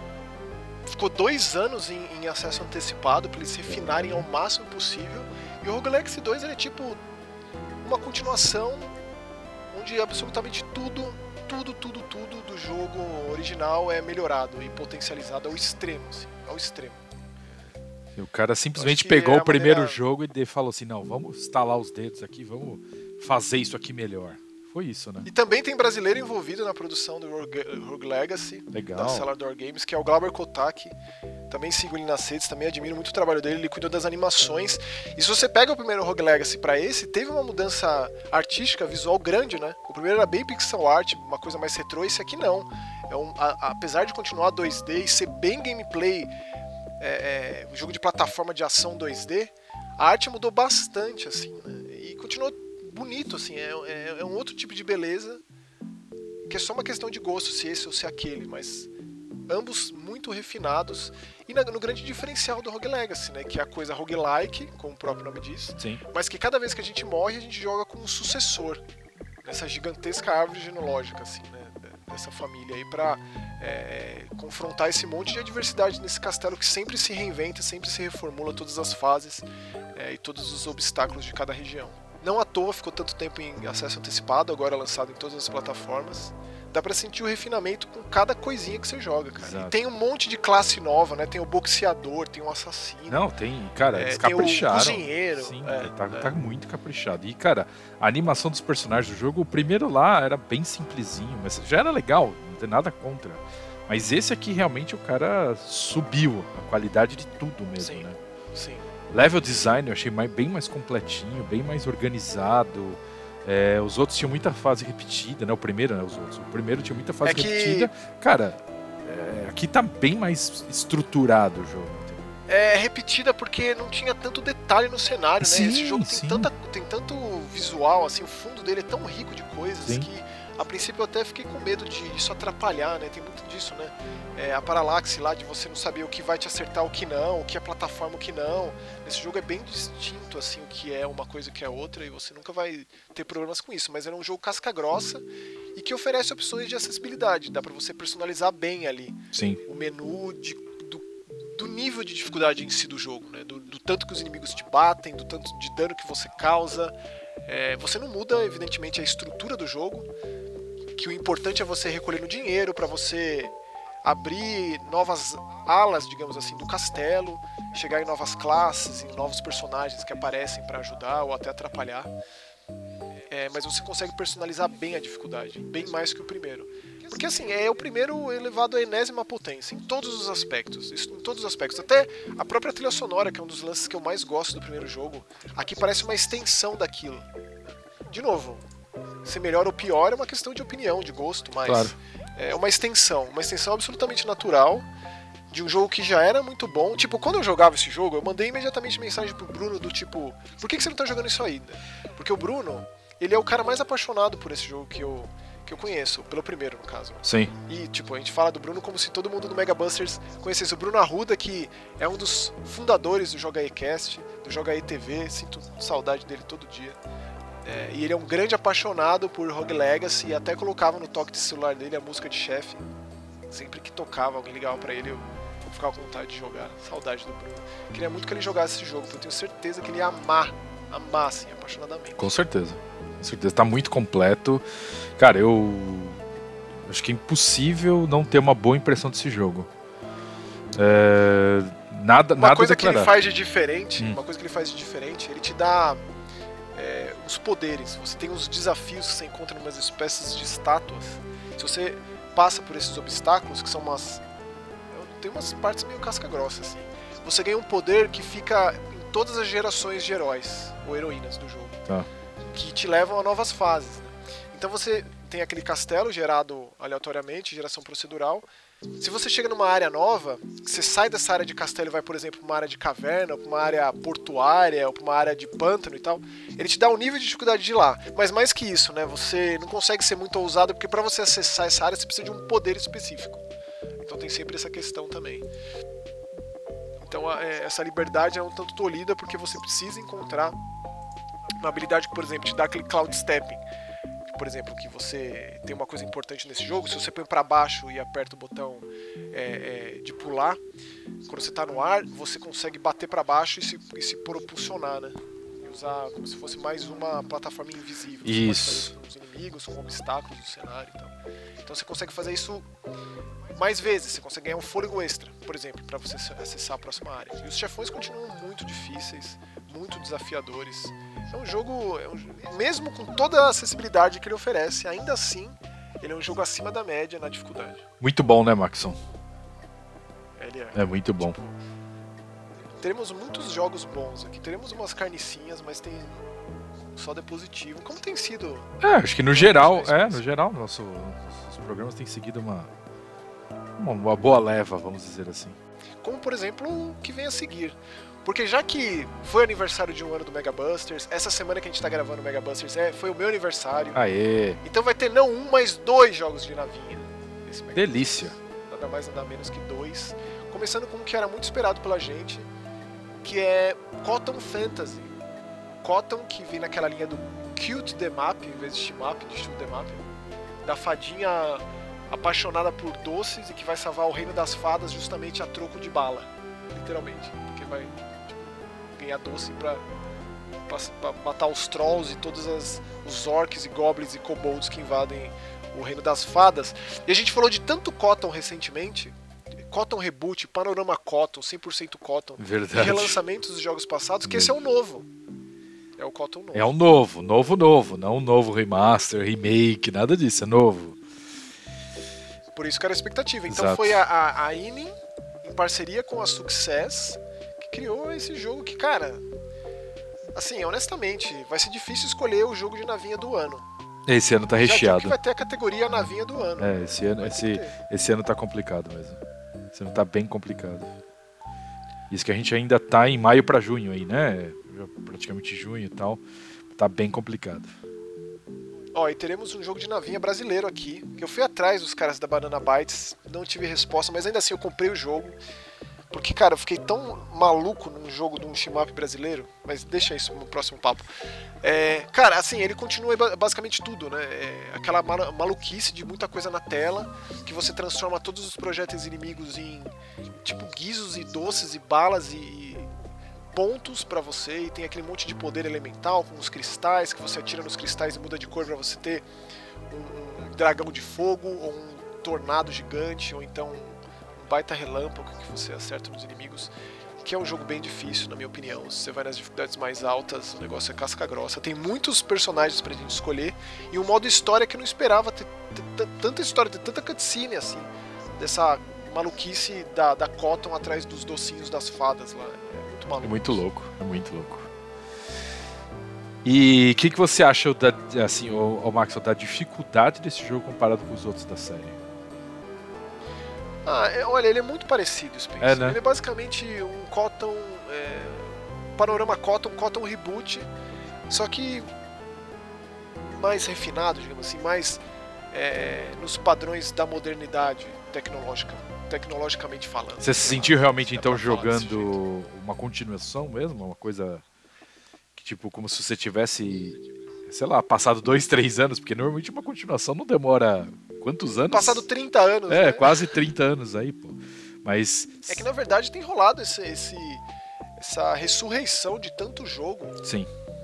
ficou dois anos em, em acesso antecipado pra eles se refinarem ao máximo possível. E o Rogue Legacy dois ele é tipo uma continuação onde absolutamente tudo, tudo, tudo, tudo do jogo original é melhorado e potencializado ao extremo, assim, ao extremo. E o cara simplesmente que pegou é a o primeiro maneira- jogo e de- falou assim, não, vamos estalar os dedos aqui, vamos fazer isso aqui melhor. Foi isso, né? E também tem brasileiro envolvido na produção do Rogue, Rogue Legacy, Legal. da Cellar Door Games, que é o Glauber Kotaki. Também sigo ele nas redes, também admiro muito o trabalho dele, ele cuidou das animações. E se você pega o primeiro Rogue Legacy pra esse, teve uma mudança artística, visual grande, né? O primeiro era bem pixel art, uma coisa mais retrô, esse aqui não. É um, a, a, apesar de continuar dois D e ser bem gameplay, é, é, um jogo de plataforma de ação dois D, a arte mudou bastante, assim, né? E continuou bonito, assim, é, é, é um outro tipo de beleza, que é só uma questão de gosto, se esse ou se aquele, mas ambos muito refinados, e no grande diferencial do Rogue Legacy, né, que é a coisa roguelike, como o próprio nome diz, Sim. mas que cada vez que a gente morre, a gente joga com um sucessor, nessa gigantesca árvore genealógica, assim, né, dessa família aí, pra é, confrontar esse monte de adversidade nesse castelo que sempre se reinventa, sempre se reformula todas as fases é, e todos os obstáculos de cada região. Não à toa ficou tanto tempo em acesso antecipado, agora lançado em todas as plataformas. Dá pra sentir o refinamento com cada coisinha que você joga, cara. Exato. E tem um monte de classe nova, né? Tem o boxeador, tem o assassino. Não, tem, cara, eles é, tem capricharam. o cozinheiro. Sim, é, tá, é. tá muito caprichado. E, cara, a animação dos personagens do jogo, o primeiro lá era bem simplesinho, mas já era legal, não tem nada contra. Mas esse aqui, realmente, o cara subiu a qualidade de tudo mesmo, Sim, né? sim. Level design eu achei mais, bem mais completinho, bem mais organizado. É, os outros tinham muita fase repetida, né? O primeiro, né? Os outros. O primeiro tinha muita fase É que- repetida. Cara, é, aqui tá bem mais estruturado o jogo. entendeu? É repetida porque não tinha tanto detalhe no cenário, né? Sim, Esse jogo tem, sim. tanta, tem tanto visual, assim, o fundo dele é tão rico de coisas Sim. que a princípio eu até fiquei com medo de isso atrapalhar, né? Tem muito disso, né? É, a paralaxe lá de você não saber o que vai te acertar, o que não, o que é plataforma, o que não. Nesse jogo é bem distinto, assim, o que é uma coisa e o que é outra, e você nunca vai ter problemas com isso. Mas é um jogo casca grossa e que oferece opções de acessibilidade. Dá pra você personalizar bem ali Sim. o menu de, do, do nível de dificuldade em si do jogo, né? Do, do tanto que os inimigos te batem, do tanto de dano que você causa. É, você não muda, evidentemente, a estrutura do jogo, que o importante é você recolher no dinheiro para você abrir novas alas, digamos assim, do castelo, chegar em novas classes, em novos personagens que aparecem para ajudar ou até atrapalhar. É, mas você consegue personalizar bem a dificuldade, bem mais que o primeiro. Porque assim, é o primeiro elevado à enésima potência, em todos os aspectos. Isso, em todos os aspectos. Até a própria trilha sonora, que é um dos lances que eu mais gosto do primeiro jogo, aqui parece uma extensão daquilo. De novo, ser melhor ou pior é uma questão de opinião, de gosto, mas Claro. é uma extensão, uma extensão absolutamente natural de um jogo que já era muito bom. Tipo, quando eu jogava esse jogo, eu mandei imediatamente mensagem pro Bruno do tipo, por que que você não tá jogando isso ainda? Porque o Bruno, ele é o cara mais apaixonado por esse jogo que eu, que eu conheço, pelo primeiro, no caso. Sim. E, tipo, a gente fala do Bruno como se todo mundo do Mega Busters conhecesse o Bruno Arruda, que é um dos fundadores do Joga aí Cast, do Joga aí T V, sinto saudade dele todo dia. É, e ele é um grande apaixonado por Rogue Legacy e até colocava no toque de celular dele a música de chefe. Sempre que tocava, alguém ligava pra ele, eu ficava com vontade de jogar. Saudade do Bruno. Queria muito que ele jogasse esse jogo, porque eu tenho certeza que ele ia amar, amar assim, apaixonadamente. Com certeza. Com certeza. Tá muito completo. Cara, eu acho que é impossível não ter uma boa impressão desse jogo. É... Nada, Uma nada coisa que ele declarar. faz de diferente, Hum. uma coisa que ele faz de diferente, ele te dá é, os poderes. Você tem os desafios que você encontra em umas espécies de estátuas. Se você passa por esses obstáculos, que são umas... tem umas partes meio casca grossa, assim. Você ganha um poder que fica em todas as gerações de heróis ou heroínas do jogo. Tá. Que te levam a novas fases, né? Então você tem aquele castelo gerado aleatoriamente, geração procedural. Se você chega numa área nova, você sai dessa área de castelo e vai, por exemplo, para uma área de caverna, para uma área portuária, ou para uma área de pântano e tal, ele te dá um nível de dificuldade de lá. Mas mais que isso, né? Você não consegue ser muito ousado, porque para você acessar essa área você precisa de um poder específico. Então tem sempre essa questão também. Então é, essa liberdade é um tanto tolhida, porque você precisa encontrar uma habilidade que, por exemplo, te dá aquele cloud stepping. Por exemplo, que você tem uma coisa importante nesse jogo, se você põe pra baixo e aperta o botão é, é, de pular, quando você tá no ar, você consegue bater pra baixo e se, e se propulsionar, né? E usar como se fosse mais uma plataforma invisível. Você Isso. pode fazer isso com os inimigos, com obstáculos do cenário e tal. Então você consegue fazer isso mais vezes, você consegue ganhar um fôlego extra, por exemplo, pra você acessar a próxima área. E os chefões continuam muito difíceis, muito desafiadores. É um jogo, é um, mesmo com toda a acessibilidade que ele oferece, ainda assim, ele é um jogo acima da média na dificuldade. Muito bom, né, Maxon? É Ele é. É muito bom. Tipo, teremos muitos jogos bons aqui. Teremos umas carnicinhas, mas tem só de positivo. Como tem sido... É, acho que no geral, é, no geral, nosso, nossos programas têm seguido uma, uma, uma boa leva, vamos dizer assim. Como, por exemplo, o que vem a seguir. Porque já que foi aniversário de um ano do Mega Busters, essa semana que a gente tá gravando o Mega Busters é, foi o meu aniversário. Aê! Então vai ter não um, mas dois jogos de navinha. Nesse Mega Delícia! Busters. Nada mais, nada menos que dois. Começando com um que era muito esperado pela gente, que é Cotton Fantasy. Cotton, que vem naquela linha do Cute the Map, em vez de Shemap, de Shoot the Map. Da fadinha apaixonada por doces e que vai salvar o reino das fadas justamente a troco de bala. Literalmente. Porque vai tipo, ganhar doce pra, pra, pra matar os trolls e todos as, os orcs e goblins e kobolds que invadem o reino das fadas. E a gente falou de tanto Cotton recentemente. Cotton Reboot, Panorama Cotton, cem por cento Cotton. Verdade. Relançamentos dos jogos passados, que esse é o novo. É o Cotton novo. É um novo, novo, novo. Não um novo remaster, remake, nada disso, é novo. Por isso que era a expectativa. Então Exato. foi a, a, a Inning, em parceria com a Success, que criou esse jogo que, cara... Assim, honestamente, vai ser difícil escolher o jogo de navinha do ano. Esse ano tá Já digo recheado. que vai ter a categoria navinha do ano. É, esse ano, Vai ter esse, que ter. esse ano tá complicado mesmo. Esse ano tá bem complicado. Isso que a gente ainda tá em maio pra junho aí, né? Já praticamente junho e tal. Tá bem complicado. Ó, e teremos um jogo de navinha brasileiro aqui, que eu fui atrás dos caras da Banana Bytes, não tive resposta, mas ainda assim eu comprei o jogo. Porque, cara, eu fiquei tão maluco num jogo de um shmup brasileiro, mas deixa isso no próximo papo. É, cara, assim, ele continua basicamente tudo, né? É aquela maluquice de muita coisa na tela, que você transforma todos os projéteis inimigos em, tipo, guizos e doces e balas e, e pontos pra você, e tem aquele monte de poder elemental com os cristais, que você atira nos cristais e muda de cor pra você ter um, um dragão de fogo, ou um tornado gigante, ou então baita relâmpago que você acerta nos inimigos, que é um jogo bem difícil, na minha opinião. Se você vai nas dificuldades mais altas, o negócio é casca grossa. Tem muitos personagens pra gente escolher, e um modo história que eu não esperava ter, ter, ter tanta história, ter tanta cutscene assim, dessa maluquice da, da Cotton atrás dos docinhos das fadas lá. É muito maluco. É muito louco, é muito louco. E o que, que você acha, da, assim, ô, ô Max, da dificuldade desse jogo comparado com os outros da série? Ah, é, olha, ele é muito parecido, Spencer. É, né? Ele é basicamente um Cotton... É, Panorama Cotton, Cotton Reboot, só que mais refinado, digamos assim, mais é, nos padrões da modernidade tecnológica, tecnologicamente falando. Você se sentiu realmente, Se dá então, pra falar desse jogando uma continuação mesmo? Uma coisa que, tipo, como se você tivesse, sei lá, passado dois, três anos, porque normalmente uma continuação não demora quantos anos? Passado trinta anos, É, né? quase trinta anos aí, pô. Mas... É que, na verdade, tem rolado esse, esse, essa ressurreição de tanto jogo. Sim.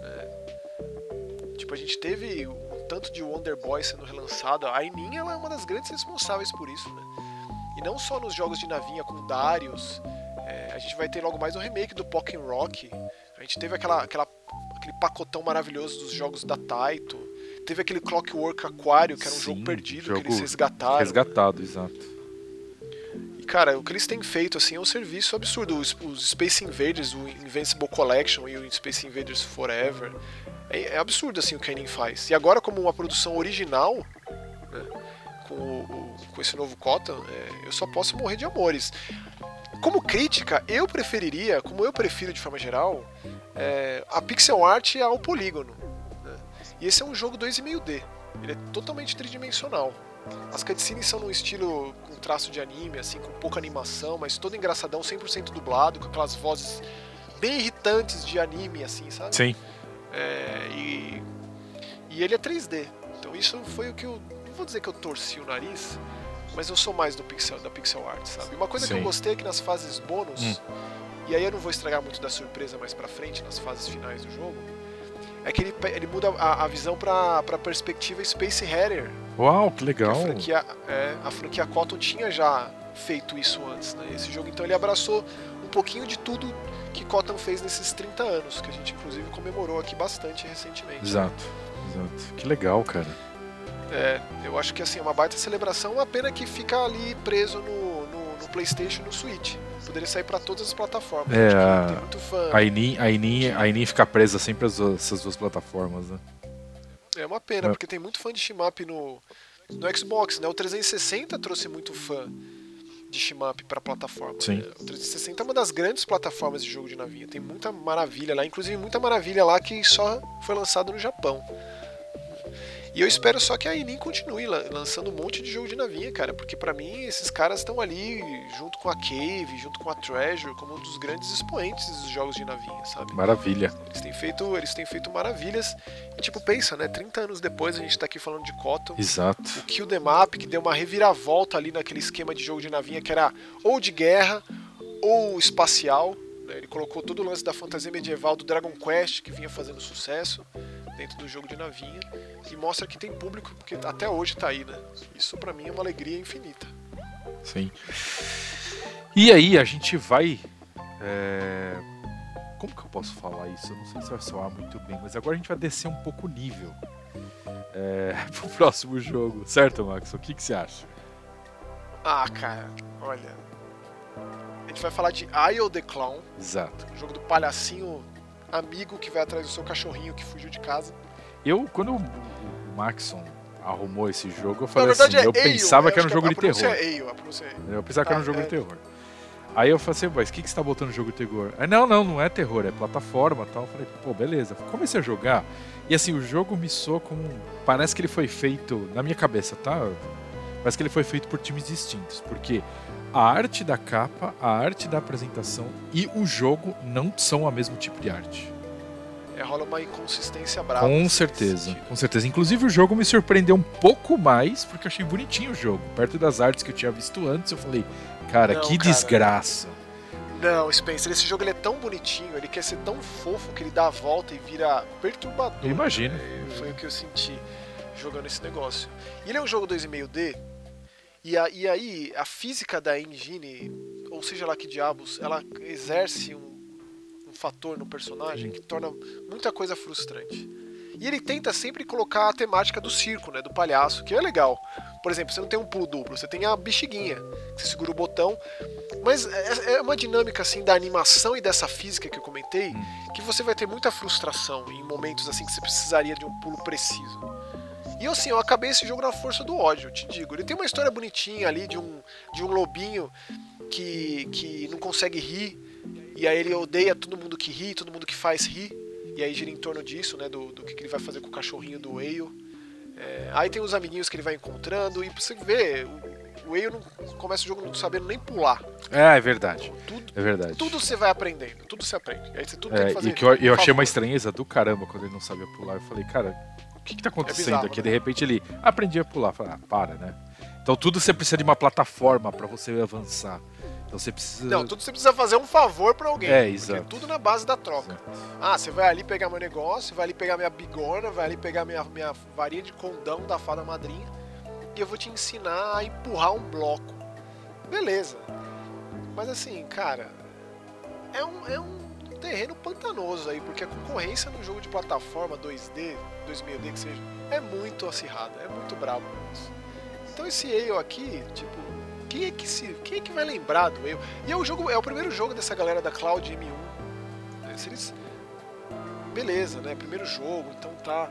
Tipo, a gente teve um tanto de Wonder Boy sendo relançado. A Ainin, ela é uma das grandes responsáveis por isso, né? E não só nos jogos de navinha com Darius. É, a gente vai ter logo mais um remake do Pokémon Rock. A gente teve aquela, aquela, aquele pacotão maravilhoso dos jogos da Taito. Teve aquele Clockwork Aquário, que era um Sim, jogo perdido, jogo que eles resgataram. Resgatado, exato. E, cara, o que eles têm feito, assim, é um serviço absurdo. Os, os Space Invaders, o Invincible Collection e o Space Invaders Forever. É, é absurdo, assim, o que a Ainin faz. E agora, como uma produção original, né, com, o, o, com esse novo Cotton, é, eu só posso morrer de amores. Como crítica, eu preferiria, como eu prefiro de forma geral, é, a pixel art ao polígono. Né? E esse é um jogo dois vírgula cinco D. Ele é totalmente tridimensional. As cutscenes são num estilo com traço de anime, assim, com pouca animação, mas todo engraçadão, cem por cento dublado, com aquelas vozes bem irritantes de anime, assim, sabe? Sim. É, e, e ele é três D. Então isso foi o que eu... Não vou dizer que eu torci o nariz, mas eu sou mais do pixel, da pixel art, sabe? Uma coisa Sim. que eu gostei é que nas fases bônus, hum. e aí eu não vou estragar muito da surpresa mais pra frente, nas fases finais do jogo, é que ele, ele muda a, a visão pra, pra perspectiva Space Harrier. Uau, que legal. A franquia, é, a franquia Cotton tinha já feito isso antes, né? Esse jogo, então, ele abraçou um pouquinho de tudo que Cotton fez nesses trinta anos, que a gente, inclusive, comemorou aqui bastante recentemente. Exato, exato. Que legal, cara. É, eu acho que, assim, é uma baita celebração, uma pena que fica ali preso no, no, no PlayStation e no Switch. Poderia sair pra todas as plataformas. É, Acho que a- tem muito fã. A Inin, a Inin, a Inin fica presa sempre às duas- essas duas plataformas, né? É uma pena, É. porque tem muito fã de shmup no, no Xbox, né? O trezentos e sessenta trouxe muito fã de shmup pra plataforma. Sim. Né? O trezentos e sessenta é uma das grandes plataformas de jogo de navinha. Tem muita maravilha lá, inclusive muita maravilha lá que só foi lançado no Japão. E eu espero só que a Inin continue la- lançando um monte de jogo de navinha, cara, porque pra mim esses caras estão ali junto com a Cave, junto com a Treasure, como um dos grandes expoentes dos jogos de navinha, sabe? Maravilha. Eles têm feito, eles têm feito maravilhas. E tipo, pensa, né? trinta anos depois a gente tá aqui falando de Cotton. Exato. O Kill Them Up, que deu uma reviravolta ali naquele esquema de jogo de navinha que era ou de guerra ou espacial. Né? Ele colocou todo o lance da fantasia medieval do Dragon Quest, que vinha fazendo sucesso dentro do jogo de navinha. E mostra que tem público, porque até hoje tá aí, né? Isso pra mim é uma alegria infinita. Sim. E aí a gente vai... é, Como que eu posso falar isso? Eu não sei se vai soar muito bem, mas agora a gente vai descer um pouco o nível é, pro próximo jogo. Certo, Max? O que, que você acha? Ah, cara, olha... A gente vai falar de Isle the Clown, Exato. o jogo do palhacinho amigo que vai atrás do seu cachorrinho que fugiu de casa. Eu, quando o o Maxon arrumou esse jogo, eu falei Na verdade assim, é eu Ale, pensava eu que era um acho jogo a de pronúncia terror. É Ale, a pronúncia é Ale. Eu pensava que era um Ah, jogo é. de terror. Aí eu falei assim, mas o que, que você tá botando no jogo de terror? Aí, não, não, não é terror, é plataforma e tal. Eu falei, pô, beleza. Comecei a jogar e assim, o jogo me soa como... um- Parece que ele foi feito, na minha cabeça, tá? Parece que ele foi feito por times distintos, porque a arte da capa, a arte da apresentação e o jogo não são o mesmo tipo de arte. É, rola uma inconsistência brava. Com nesse certeza, sentido. com certeza. Inclusive o jogo me surpreendeu um pouco mais, porque eu achei bonitinho o jogo. Perto das artes que eu tinha visto antes, eu falei, cara, Não, que cara. desgraça. Não, Spencer, esse jogo ele é tão bonitinho, ele quer ser tão fofo que ele dá a volta e vira perturbador. Eu imagino. É, foi o que eu senti jogando esse negócio. E ele é um jogo dois e meio D, e, a- e aí a física da engine, ou seja lá que diabos, ela exerce um, um fator no personagem que torna muita coisa frustrante. E ele tenta sempre colocar a temática do circo, né, do palhaço, que é legal. Por exemplo, você não tem um pulo duplo, você tem a bexiguinha, que você segura o botão. Mas é é uma dinâmica assim da animação e dessa física que eu comentei, que você vai ter muita frustração em momentos assim que você precisaria de um pulo preciso. E assim, eu acabei esse jogo na força do ódio, eu te digo. Ele tem uma história bonitinha ali de um, de um lobinho que, que não consegue rir, e aí ele odeia todo mundo que ri, todo mundo que faz rir. E aí gira em torno disso, né, do, do que ele vai fazer com o cachorrinho do Whale. É, aí tem os amiguinhos que ele vai encontrando, e pra você ver, o, o Whale não começa o jogo não sabendo nem pular. É, é verdade. Tudo, É verdade. tudo você vai aprendendo, tudo você aprende. Aí você tudo É, tem que fazer. e que eu, eu por achei favor. uma estranheza do caramba quando ele não sabia pular. Eu falei, cara, o que, que tá acontecendo bizarro, aqui? né? De repente ele aprendia a pular. Eu falei, ah, para, né? Então tudo você precisa de uma plataforma pra você avançar. Então você precisa. Não, tudo você precisa fazer um favor pra alguém. É, porque exato. É tudo na base da troca. Exato. Ah, você vai ali pegar meu negócio, vai ali pegar minha bigorna, vai ali pegar minha, minha varinha de condão da fada madrinha e eu vou te ensinar a empurrar um bloco. Beleza. Mas assim, cara, é um, é um terreno pantanoso aí, porque a concorrência no jogo de plataforma dois D, dois e meio D que seja, é muito acirrada, é muito brabo o negócio. Então esse Ale aqui, tipo, quem é que se, quem é que vai lembrar do Ale? E é o jogo, é o primeiro jogo dessa galera da Cloud M um. Né? Se eles, beleza, né? Primeiro jogo, então tá.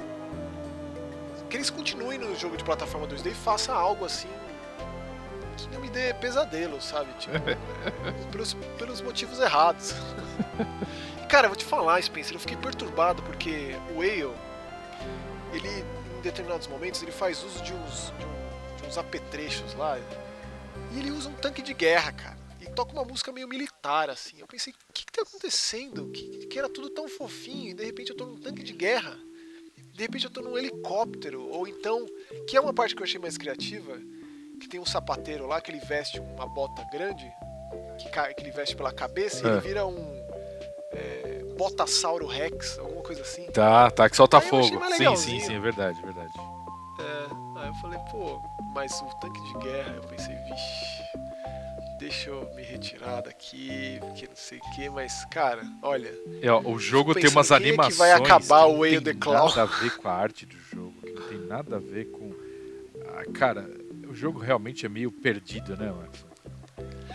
Que eles continuem no jogo de plataforma dois D e façam algo assim que não me dê pesadelo, sabe? Tipo, é, pelos, pelos motivos errados. E, cara, eu vou te falar, Spencer, eu fiquei perturbado porque o Ale, ele, em determinados momentos, ele faz uso de uns, de um, de uns apetrechos lá. E ele usa um tanque de guerra, cara. E toca uma música meio militar, assim. Eu pensei, o que, que tá acontecendo? Que, que era tudo tão fofinho e de repente eu tô num tanque de guerra. De repente eu tô num helicóptero. Ou então, que é uma parte que eu achei mais criativa, que tem um sapateiro lá que ele veste uma bota grande, que, cai, que ele veste pela cabeça e É. ele vira um é, Botassauro Rex, alguma coisa assim. Tá, tá, que solta Aí eu achei fogo. mais Sim, legalzinho. sim, sim, é verdade, é verdade. É, aí eu falei, pô, mas o tanque de guerra, eu pensei, vixe, deixa eu me retirar daqui, porque não sei o que, mas, cara, olha... É, ó, o jogo Fico tem umas pensando, quem é que animações vai acabar que o não Way tem of the Clown? nada a ver com a arte do jogo, que não tem nada a ver com... Ah, cara, o jogo realmente é meio perdido, né, Max?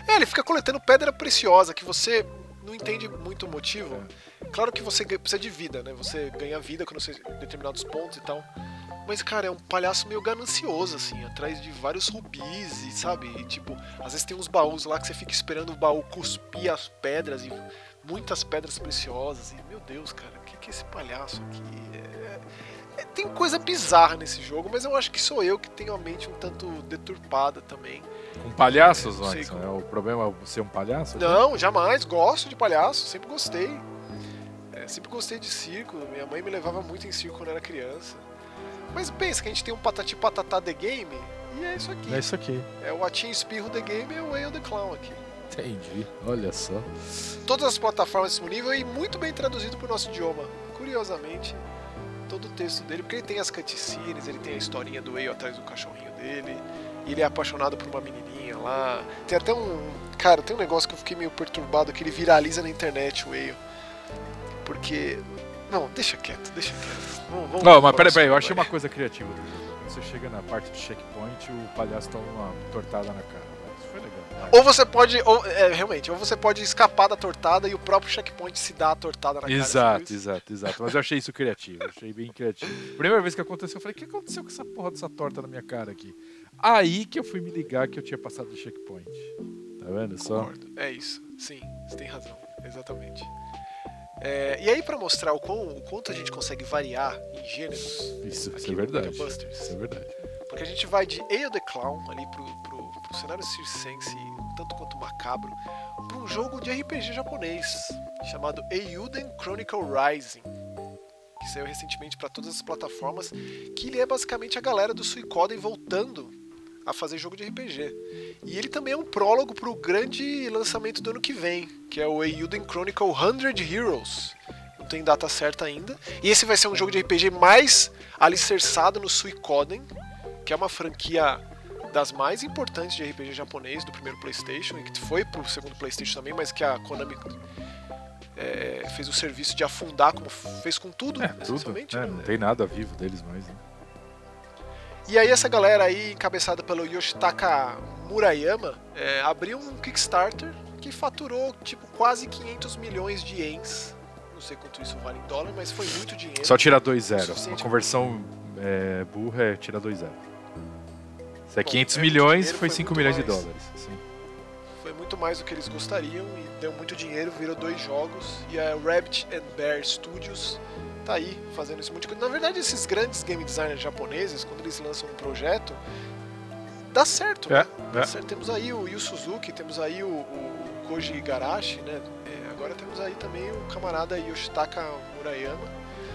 É, ele fica coletando pedra preciosa que você não entende muito o motivo. Claro que você precisa de vida, né? Você ganha vida quando você determinados pontos e tal. Mas, cara, é um palhaço meio ganancioso, assim, atrás de vários rubis, e, sabe? E, tipo, às vezes tem uns baús lá que você fica esperando o baú cuspir as pedras, e muitas pedras preciosas. E, meu Deus, cara, o que, que é esse palhaço aqui? É... É... Tem coisa bizarra nesse jogo, mas eu acho que sou eu que tenho a mente um tanto deturpada também. Com palhaços, é, Watson? como... É o problema ser um palhaço? Não, jamais. Gosto de palhaço, sempre gostei. É, sempre gostei de circo. Minha mãe me levava muito em circo quando eu era criança. Mas pensa que a gente tem um Patati Patatá The Game e é isso aqui. É isso aqui. É o Atim Espirro The Game e o Whale the Clown aqui. Entendi, olha só. Todas as plataformas disponíveis e muito bem traduzido para o nosso idioma. Curiosamente, todo o texto dele, porque ele tem as cutscenes, ele tem a historinha do Whale atrás do cachorrinho dele, e ele é apaixonado por uma menininha lá. Tem até um... Cara, tem um negócio que eu fiquei meio perturbado, que ele viraliza na internet, o Whale. Porque... Não, deixa quieto, deixa quieto. Vamos, vamos não, mas peraí, peraí, eu achei uma coisa criativa do jogo. Quando você chega na parte do checkpoint, o palhaço toma uma tortada na cara. Isso foi legal. Vai. Ou você pode, ou, é, realmente, ou você pode escapar da tortada e o próprio checkpoint se dá a tortada na exato, cara. Exato, exato. Mas eu achei isso criativo, eu achei bem criativo. Primeira vez que aconteceu, eu falei, o que aconteceu com essa porra dessa torta na minha cara aqui? Aí que eu fui me ligar que eu tinha passado do checkpoint. Tá vendo só? Concordo, é isso. Sim, você tem razão, exatamente. É, e aí, pra mostrar o, quão, o quanto a gente consegue variar em gêneros. Isso, isso é verdade. Busters, isso é verdade. Porque a gente vai de Whale the Clown, ali pro, pro, pro cenário circense, tanto quanto macabro, pra um jogo de R P G japonês, chamado Eiyuden Chronicle Rising, que saiu recentemente pra todas as plataformas, que ele é basicamente a galera do Suicoden voltando a fazer jogo de R P G. E ele também é um prólogo pro grande lançamento do ano que vem, que é o Eiyuden Chronicle cem Heroes. Não tem data certa ainda. E esse vai ser um jogo de R P G mais alicerçado no Suicoden, que é uma franquia das mais importantes de R P G japonês do primeiro PlayStation, e que foi pro segundo PlayStation também, mas que a Konami é, fez o serviço de afundar, como fez com tudo, é, tudo. É, né? Não tem nada vivo deles mais, né? E aí essa galera aí, encabeçada pelo Yoshitaka Murayama, é, abriu um Kickstarter que faturou tipo quase quinhentos milhões de ienes. Não sei quanto isso vale em dólar, mas foi muito dinheiro. Só tira dois zero. A conversão é, burra é tira dois zero. Se é Bom, quinhentos milhões, dinheiro, foi cinco milhões mais. De dólares. Sim. Foi muito mais do que eles gostariam e deu muito dinheiro, virou dois jogos. E a Rabbit and Bear Studios tá aí fazendo esse monte de coisa. Na verdade, esses grandes game designers japoneses, quando eles lançam um projeto, dá certo, é, né? Dá é. certo. Temos aí o Yu Suzuki, temos aí o, o Koji Igarashi, né? É, agora temos aí também o camarada Yoshitaka Murayama.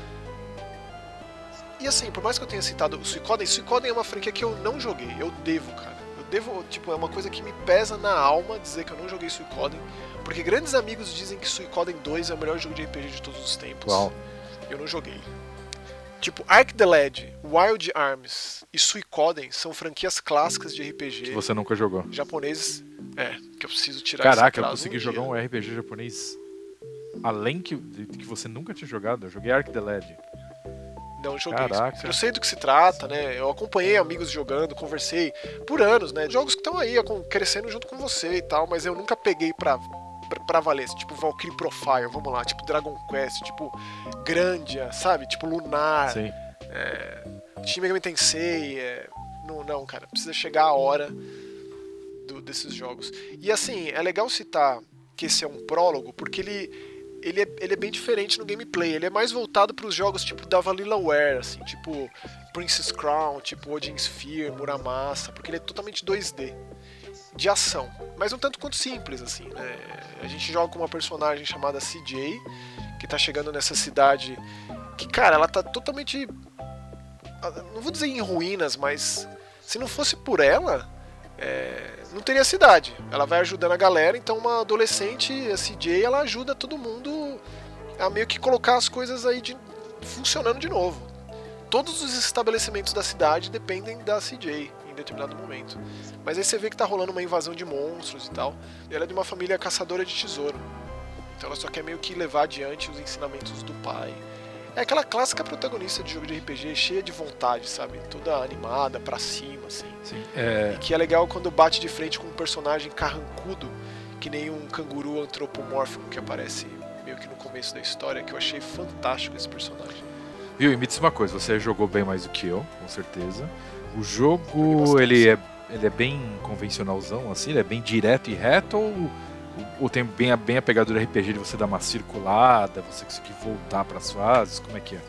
E assim, por mais que eu tenha citado o Suicoden, Suicoden é uma franquia que eu não joguei, eu devo, cara. Eu devo, tipo, é uma coisa que me pesa na alma dizer que eu não joguei Suicoden, porque grandes amigos dizem que Suicoden dois é o melhor jogo de R P G de todos os tempos. Uau. Eu não joguei. Tipo, Arc the Led, Wild Arms e Suicoden são franquias clássicas de R P G. Que você nunca jogou. Japoneses. É, que eu preciso tirar Caraca, esse eu consegui um jogar dia. um R P G japonês além que, de, que você nunca tinha jogado. Eu joguei Arc the Led. Não joguei. Caraca. Eu sei do que se trata, né? Eu acompanhei amigos jogando, conversei por anos, né? Jogos que estão aí crescendo junto com você e tal, mas eu nunca peguei pra, pra, pra valer. Tipo Valkyrie Profile, vamos lá. Tipo Dragon Quest, tipo Grandia, sabe? Tipo Lunar. Sim. É, Shin Megami Tensei. É, não, não, cara. Precisa chegar a hora do, desses jogos. E assim, é legal citar que esse é um prólogo, porque ele... Ele é, ele é bem diferente no gameplay, ele é mais voltado para os jogos tipo da Vanillaware, assim, tipo Princess Crown, tipo Odin Sphere, Muramasa, porque ele é totalmente dois D, de ação, mas um tanto quanto simples, assim, né? A gente joga com uma personagem chamada C J, que tá chegando nessa cidade, que, cara, ela tá totalmente, não vou dizer em ruínas, mas se não fosse por ela... É, não teria cidade. Ela vai ajudando a galera, então uma adolescente, a C J, ela ajuda todo mundo a meio que colocar as coisas aí de, funcionando de novo. Todos os estabelecimentos da cidade dependem da C J em determinado momento. Mas aí você vê que tá rolando uma invasão de monstros e tal. Ela é de uma família caçadora de tesouro. Então ela só quer meio que levar adiante os ensinamentos do pai. É aquela clássica protagonista de jogo de R P G, cheia de vontade, sabe? Toda animada, pra cima, assim. Sim, é... E que é legal quando bate de frente com um personagem carrancudo, que nem um canguru antropomórfico que aparece meio que no começo da história, que eu achei fantástico esse personagem. Viu, e me diz uma coisa, você jogou bem mais do que eu, com certeza. O jogo, ele é, ele é bem convencionalzão, assim? Ele é bem direto e reto ou... Ou tem bem a, bem a pegada do R P G de você dar uma circulada, você conseguir voltar para as fases? Como é que é?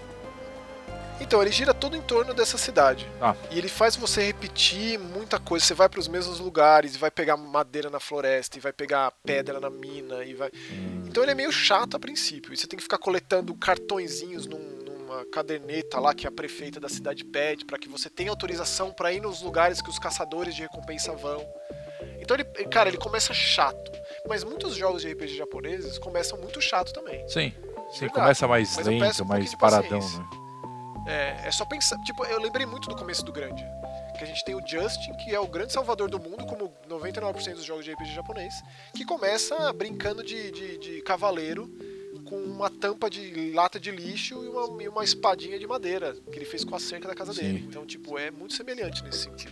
Então, ele gira todo em torno dessa cidade. Ah. E ele faz você repetir muita coisa. Você vai para os mesmos lugares, e vai pegar madeira na floresta, e vai pegar pedra na mina, e vai... Hum. Então ele é meio chato a princípio. E você tem que ficar coletando cartõezinhos num, numa caderneta lá que a prefeita da cidade pede, para que você tenha autorização para ir nos lugares que os caçadores de recompensa vão. Então, ele, cara, ele começa chato. Mas muitos jogos de R P G japoneses começam muito chato também. Sim, sim, começa mais mas lento, um mais paradão, né? É, é só pensar... Tipo, eu lembrei muito do começo do Grande. Que a gente tem o Justin, que é o grande salvador do mundo, como noventa e nove por cento dos jogos de R P G japonês, que começa brincando de, de, de cavaleiro com uma tampa de lata de lixo e uma, e uma espadinha de madeira, que ele fez com a cerca da casa sim. dele. Então, tipo, é muito semelhante nesse sentido.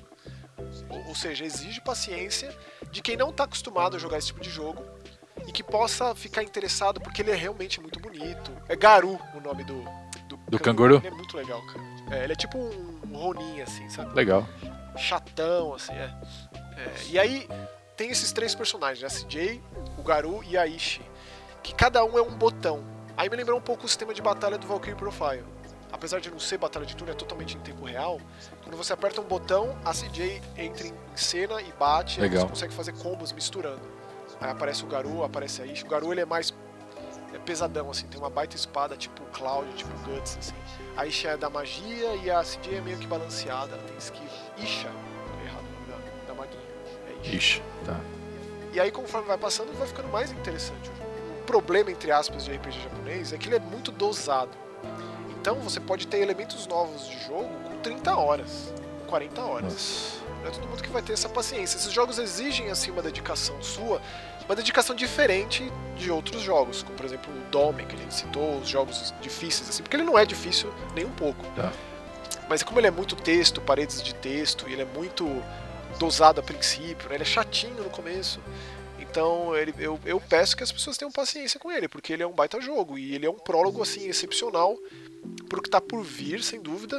Ou seja, exige paciência de quem não está acostumado a jogar esse tipo de jogo e que possa ficar interessado porque ele é realmente muito bonito. É Garu o nome do, do, do canguru. Ele é muito legal, cara. É, ele é tipo um Ronin, assim, sabe? Legal. Chatão, assim, é. é. E aí tem esses três personagens, a C J, o Garu e a Ishi, que cada um é um botão. Aí me lembrou um pouco o sistema de batalha do Valkyrie Profile. Apesar de não ser batalha de turno, é totalmente em tempo real. Quando você aperta um botão, a C J entra em cena e bate, Legal. Aí você consegue fazer combos misturando. Aí aparece o Garu, aparece a Ishi. O Garu ele é mais é pesadão, assim, tem uma baita espada tipo Cloud, tipo Guts, assim. A Isha é da magia e a C J é meio que balanceada, ela tem esquiva. Isha, errado o nome da, da maguinha. É Isha. Isha, tá. E aí conforme vai passando, vai ficando mais interessante o jogo. O problema, entre aspas, de R P G japonês é que ele é muito dosado. Então você pode ter elementos novos de jogo com trinta horas, com quarenta horas. Nossa. Não é todo mundo que vai ter essa paciência. Esses jogos exigem assim uma dedicação sua, uma dedicação diferente de outros jogos, como por exemplo o Domen, que a gente citou, os jogos difíceis, assim, porque ele não é difícil nem um pouco. Tá. Mas como ele é muito texto, paredes de texto, e ele é muito dosado a princípio, né? Ele é chatinho no começo. Então ele, eu, eu peço que as pessoas tenham paciência com ele, porque ele é um baita jogo, e ele é um prólogo assim excepcional pro que tá por vir, sem dúvida.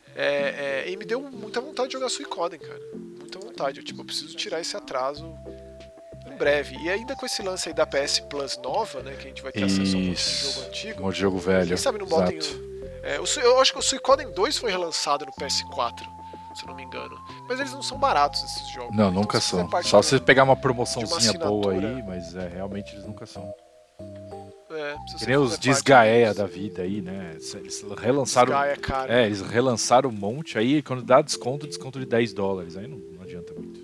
É, é, e me deu muita vontade de jogar Suicoden, cara. Muita vontade. Eu, tipo, eu preciso tirar esse atraso em breve. E ainda com esse lance aí da P S Plus nova, né? Que a gente vai ter acesso a um monte de jogo antigo. Um jogo velho. Quem sabe não botem. É, o, eu acho que o Suicoden dois foi relançado no P S quatro, se eu não me engano. Mas eles não são baratos, esses jogos. Não, então, nunca se são. parte Só de, você pegar uma promoçãozinha uma boa aí, mas é, realmente eles nunca são. É, que nem os Disgaea da vida aí, né? Eles relançaram. Disgaea, cara. É, eles relançaram um monte aí, quando dá desconto, desconto de dez dólares. Aí não, não adianta muito.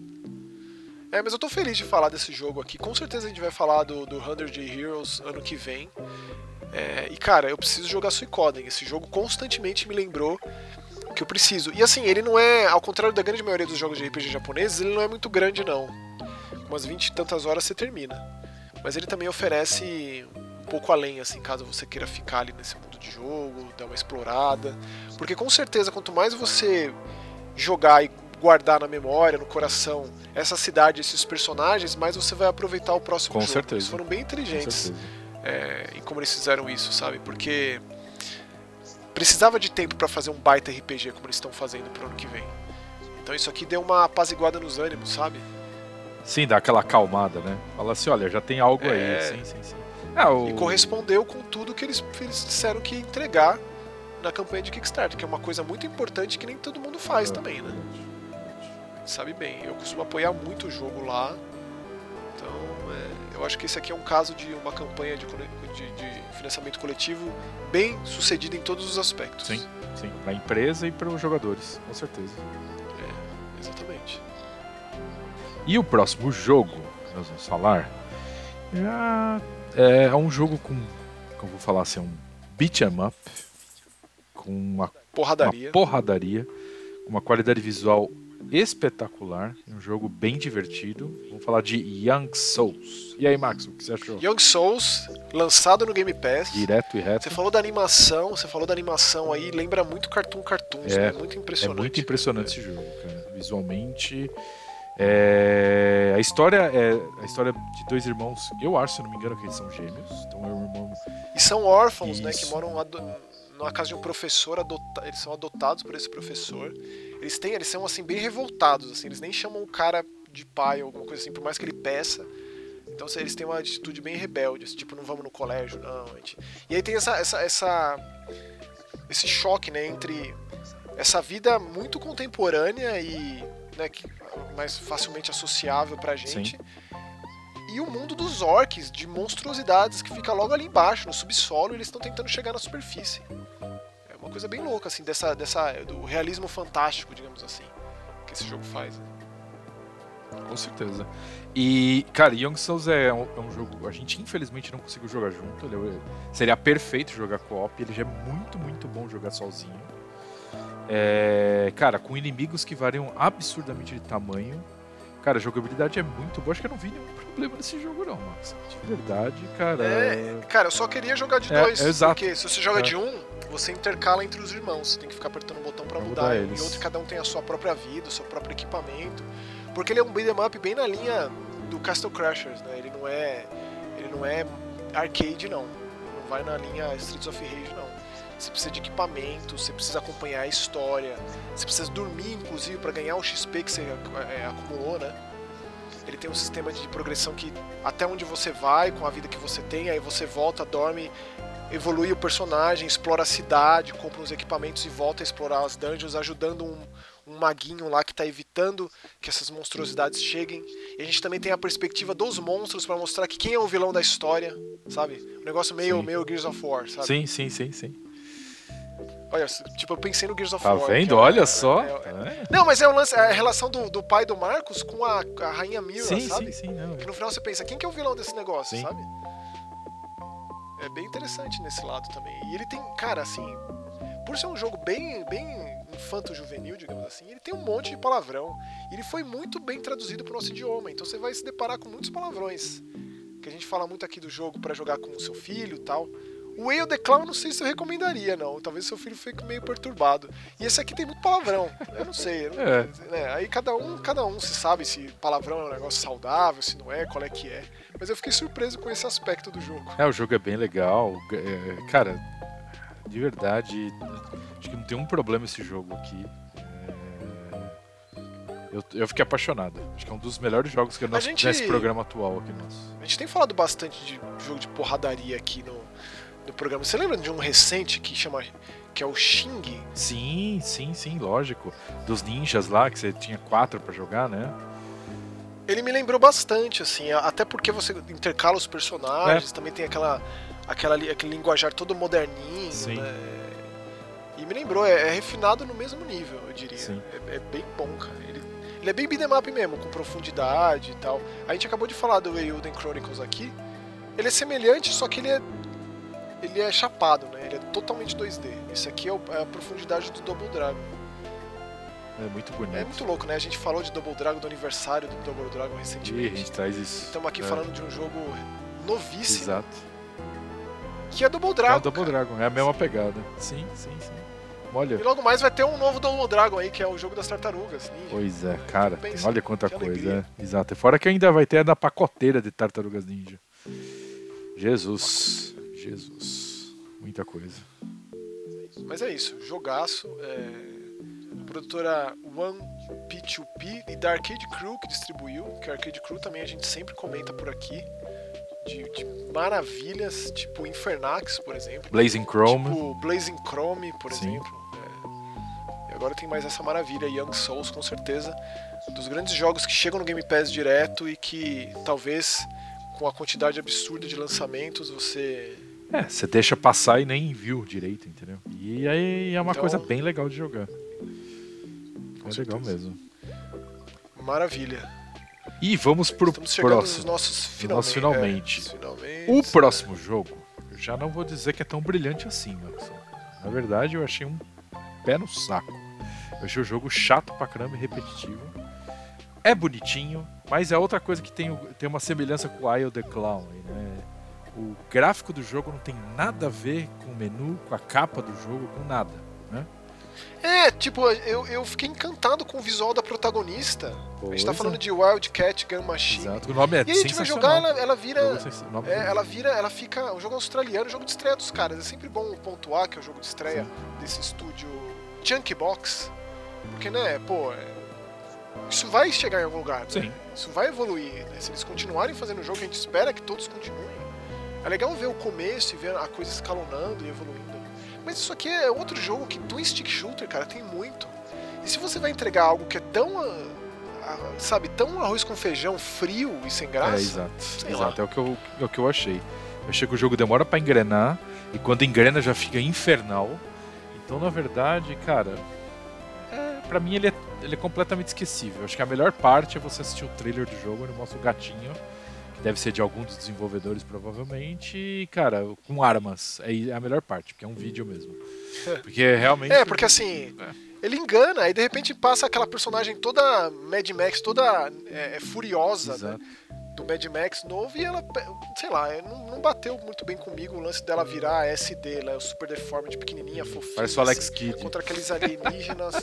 É, mas eu tô feliz de falar desse jogo aqui. Com certeza a gente vai falar do, do Hundred Heroes ano que vem. É, e cara, eu preciso jogar Suicoden. Esse jogo constantemente me lembrou que eu preciso. E assim, ele não é, ao contrário da grande maioria dos jogos de R P G japoneses, ele não é muito grande não. Umas vinte e tantas horas você termina. Mas ele também oferece um pouco além, assim, caso você queira ficar ali nesse mundo de jogo, dar uma explorada. Porque com certeza, quanto mais você jogar e guardar na memória, no coração, essa cidade, esses personagens, mais você vai aproveitar o próximo com jogo. Certeza. Eles foram bem inteligentes é, em como eles fizeram isso, sabe? Porque precisava de tempo pra fazer um baita R P G como eles estão fazendo pro ano que vem. Então isso aqui deu uma apaziguada nos ânimos, sabe? Sim, dá aquela acalmada, né? Fala assim, olha, já tem algo é... aí, sim, sim, sim. Ah, o... E correspondeu com tudo que eles, eles disseram que ia entregar na campanha de Kickstarter, que é uma coisa muito importante que nem todo mundo faz é, também, né? Sabe bem, eu costumo apoiar muito o jogo lá, então é, eu acho que esse aqui é um caso de uma campanha de, de, de financiamento coletivo bem sucedida em todos os aspectos. Sim, sim, para a empresa e para os jogadores, com certeza. É, exatamente. E o próximo jogo que nós vamos falar é, é um jogo com, como eu vou falar assim, um beat 'em up, com uma porradaria, uma porradaria, uma qualidade visual espetacular, um jogo bem divertido. Vamos falar de Young Souls. E aí, Max, o que você achou? Young Souls, lançado no Game Pass. Direto e reto. Você falou da animação, você falou da animação aí, lembra muito Cartoon Cartoons, é, né? Muito impressionante. É muito impressionante esse jogo, cara. Visualmente. É... A história é a história de dois irmãos, eu acho, se não me engano, que eles são gêmeos. Então é um irmão. E são órfãos, Isso. né? Que moram ado... na casa de um professor, adota... eles são adotados por esse professor. Eles têm, eles são assim bem revoltados, assim, eles nem chamam o cara de pai ou alguma coisa assim, por mais que ele peça. Então eles têm uma atitude bem rebelde, assim, tipo, não vamos no colégio, não. Gente... E aí tem essa, essa, essa, esse choque, né, entre essa vida muito contemporânea e, né, que mais facilmente associável pra gente, Sim. e o mundo dos orcs, de monstruosidades que fica logo ali embaixo, no subsolo, e eles estão tentando chegar na superfície. É uma coisa bem louca, assim, dessa, dessa, do realismo fantástico, digamos assim, que esse jogo faz. Né? Com certeza. E, cara, Young Souls é um, é um jogo... A gente, infelizmente, não conseguiu jogar junto. Ele é, seria perfeito jogar co-op. Ele já é muito, muito bom jogar sozinho. É, cara, com inimigos que variam absurdamente de tamanho. Cara, a jogabilidade é muito boa. Acho que eu não vi nenhum problema nesse jogo, não, Max. De verdade, cara... É, cara, eu só queria jogar de é, dois. É, exato. Porque se você joga é. de um, você intercala entre os irmãos. Você tem que ficar apertando o botão pra, pra mudar. mudar eles. E outro, cada um tem a sua própria vida, o seu próprio equipamento. Porque ele é um beat'em up bem na linha do Castle Crashers, né? Ele não é, ele não é arcade, não. Ele não vai na linha Streets of Rage, não. Você precisa de equipamento, você precisa acompanhar a história, você precisa dormir, inclusive, para ganhar o X P que você é, acumulou, né? Ele tem um sistema de progressão que até onde você vai, com a vida que você tem, aí você volta, dorme, evolui o personagem, explora a cidade, compra os equipamentos e volta a explorar as dungeons, ajudando um, um maguinho lá que está evitando que essas monstruosidades cheguem. E a gente também tem a perspectiva dos monstros para mostrar que quem é o vilão da história, sabe? Um negócio meio, meio Gears of War, sabe? Sim, sim, sim, sim. Olha, tipo, eu pensei no Gears of tá War. Tá vendo? Olha é, só. É, é... Não, mas é o lance, é a relação do, do pai do Marcos com a, a rainha Mira, sim, sabe? Sim, sim, não. Que no final você pensa, quem que é o vilão desse negócio, sim. sabe? É bem interessante nesse lado também. E ele tem, cara, assim, por ser um jogo bem, bem infanto-juvenil, digamos assim, ele tem um monte de palavrão. E ele foi muito bem traduzido pro nosso idioma, então você vai se deparar com muitos palavrões. Que a gente fala muito aqui do jogo para jogar com o seu filho e tal. O Way of the Clown, não sei se eu recomendaria, não. Talvez seu filho fique meio perturbado. E esse aqui tem muito palavrão. Eu não sei. Eu não, é. né? Aí cada um, cada um se sabe se palavrão é um negócio saudável, se não é, qual é que é. Mas eu fiquei surpreso com esse aspecto do jogo. É, o jogo é bem legal. É, cara, de verdade, acho que não tem um problema esse jogo aqui. Eu, eu fiquei apaixonado. Acho que é um dos melhores jogos que eu nosso, gente, nesse programa atual aqui nosso. A gente tem falado bastante de jogo de porradaria aqui no, no programa. Você lembra de um recente que chama que é o Xing? Sim, sim, sim, lógico. Dos ninjas lá, que você tinha quatro pra jogar, né? Ele me lembrou bastante, assim, até porque você intercala os personagens, é. também tem aquela, aquela, aquele linguajar todo moderninho, sim. né? E me lembrou, é, é refinado no mesmo nível, eu diria. É, é bem bom, cara. Ele, ele é bem beat'em up mesmo, com profundidade e tal. A gente acabou de falar do Eiyuden Chronicles aqui. Ele é semelhante, só que ele é ele é chapado, né? Ele é totalmente dois D. Esse aqui é, o, é a profundidade do Double Dragon. É muito bonito. É muito louco, né? A gente falou de Double Dragon, do aniversário do Double Dragon recentemente. E a gente traz isso. Estamos aqui é. falando de um jogo novíssimo. Exato. Que é Double Dragon. É o Double cara. Dragon, é a mesma pegada. Sim, sim, sim. Olha. E logo mais vai ter um novo Double Dragon aí, que é o jogo das tartarugas ninja. Pois é, cara. Pensa, olha quanta coisa. É. Exato. E fora que ainda vai ter a da pacoteira de tartarugas ninja. Jesus. Jesus. Muita coisa. Mas é isso. Jogaço. É... Produtora One P dois P e da Arcade Crew que distribuiu. Que a Arcade Crew também a gente sempre comenta por aqui. De, de maravilhas, tipo Infernax, por exemplo. Blazing Chrome. Tipo Blazing Chrome, por Sim. exemplo. É. E agora tem mais essa maravilha, Young Souls, com certeza. Dos grandes jogos que chegam no Game Pass direto e que talvez com a quantidade absurda de lançamentos você... É, você deixa passar e nem viu direito, entendeu? E aí é uma então, coisa bem legal de jogar. É certeza. Legal mesmo. Maravilha. E vamos pro Estamos chegando próximo. Nos nossos finalmente. Nosso finalmente. É, finalmente. O próximo jogo, eu já não vou dizer que é tão brilhante assim, Max. Na verdade, eu achei um pé no saco. Eu achei o jogo chato pra caramba e repetitivo. É bonitinho, mas é outra coisa que tem, tem uma semelhança com o Isle the Clown, né? O gráfico do jogo não tem nada a ver com o menu, com a capa do jogo, com nada, né? É, tipo, eu, eu fiquei encantado com o visual da protagonista. Pois a gente tá é. falando de Wildcat Gun Machine. Exato. O nome é E aí a gente vai sensacional. jogar, ela, ela vira. O nome É, ela vira, ela fica. O jogo australiano, o jogo de estreia dos caras. É sempre bom pontuar que é o jogo de estreia Sim. desse estúdio Chunky Box. Porque, né, pô, é, isso vai chegar em algum lugar, né? Sim. Isso vai evoluir, né? Se eles continuarem fazendo o jogo, a gente espera que todos continuem. É legal ver o começo e ver a coisa escalonando e evoluindo. Mas isso aqui é outro jogo que Twin Stick Shooter, cara, tem muito. E se você vai entregar algo que é tão, ah, ah, sabe, tão arroz com feijão, frio e sem graça... É, exato. sei exato. lá. É o que eu, é o que eu achei. Eu achei que o jogo demora pra engrenar, e quando engrena já fica infernal. Então, na verdade, cara, é, pra mim ele é, ele é completamente esquecível. Acho que a melhor parte é você assistir o trailer do jogo, ele mostra o gatinho, que deve ser de algum dos desenvolvedores, provavelmente, e, cara, com armas. É a melhor parte, porque é um vídeo mesmo. Porque realmente... É, porque assim, É. ele engana, aí de repente passa aquela personagem toda Mad Max, toda é, furiosa, Exato. né, do Mad Max novo, e ela, sei lá, não, não bateu muito bem comigo o lance dela virar S D, né, o Super Deformed pequenininha, fofinha. Parece o Alex assim, Kidd. contra aqueles alienígenas...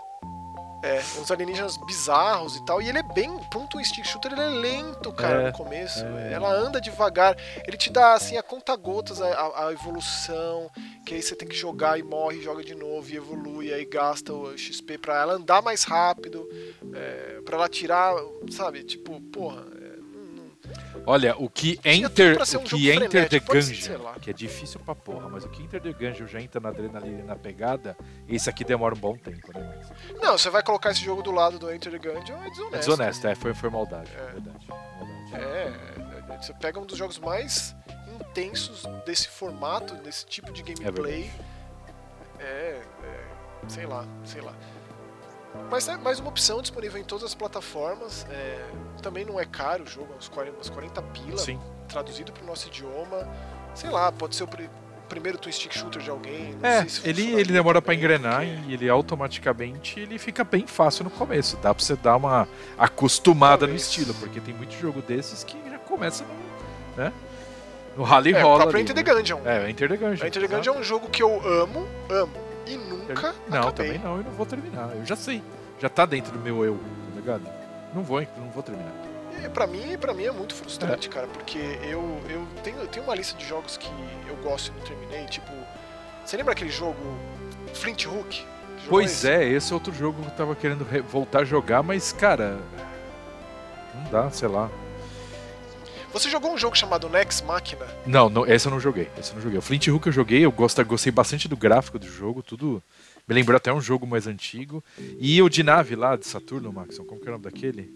É, uns alienígenas bizarros e tal. E ele é bem. Pra um Twin Stick Shooter, ele é lento, cara, É, no começo. é. Ela anda devagar. Ele te dá, assim, a conta-gotas, a, a evolução. Que aí você tem que jogar e morre, joga de novo e evolui. Aí gasta o X P pra ela andar mais rápido. É, pra ela tirar, sabe? Tipo, porra. É, não, não... Olha, o que Tinha tudo Enter, pra ser o um que jogo Enter the frenético, pode ser, sei Gungeon, lá. que é difícil pra porra, mas o que Enter the Gungeon já entra na adrenalina, na pegada, esse aqui demora um bom tempo, né, Max? Não, você vai colocar esse jogo do lado do Enter the Gungeon, é desonesto. É desonesto, é, foi, foi maldade, É. verdade, maldade. É, é, você pega um dos jogos mais intensos desse formato, desse tipo de gameplay. É, é, sei lá, sei lá. Mas é mais uma opção disponível em todas as plataformas. É, também não é caro o jogo, é uns quarenta, uns quarenta pila, Sim. traduzido para o nosso idioma. Sei lá, pode ser o, pr- o primeiro twin stick shooter de alguém. Não É, sei se ele, funcionaria ele demora pra também, engrenar porque- e ele automaticamente ele fica bem fácil no começo. Dá pra você dar uma acostumada Talvez. no estilo, porque tem muito jogo desses que já começa no, né, no rally É, o rola próprio ali, Enter né? the Gungeon. É, o Enter the Gungeon. O Enter the Gungeon é um jogo que eu amo, amo, e nunca Não, acabei. também não, eu não vou terminar. Eu já sei. Já tá dentro do meu eu, tá ligado? Não vou, não vou terminar. E pra mim, pra mim é muito frustrante, cara, porque eu, eu, tenho, eu tenho uma lista de jogos que eu gosto e não terminei, tipo... Você lembra aquele jogo Flint Hook? Jogou Pois esse? é, esse é outro jogo que eu tava querendo re- voltar a jogar, mas, cara... Não dá, sei lá. Você jogou um jogo chamado Nex Machina? Não, não, esse eu não joguei. Esse eu não joguei. O Flint Hook eu joguei, eu gosto, gostei bastante do gráfico do jogo, tudo... Me lembrou até um jogo mais antigo. E o de nave lá, de Saturno, Maxon, como que é o nome daquele?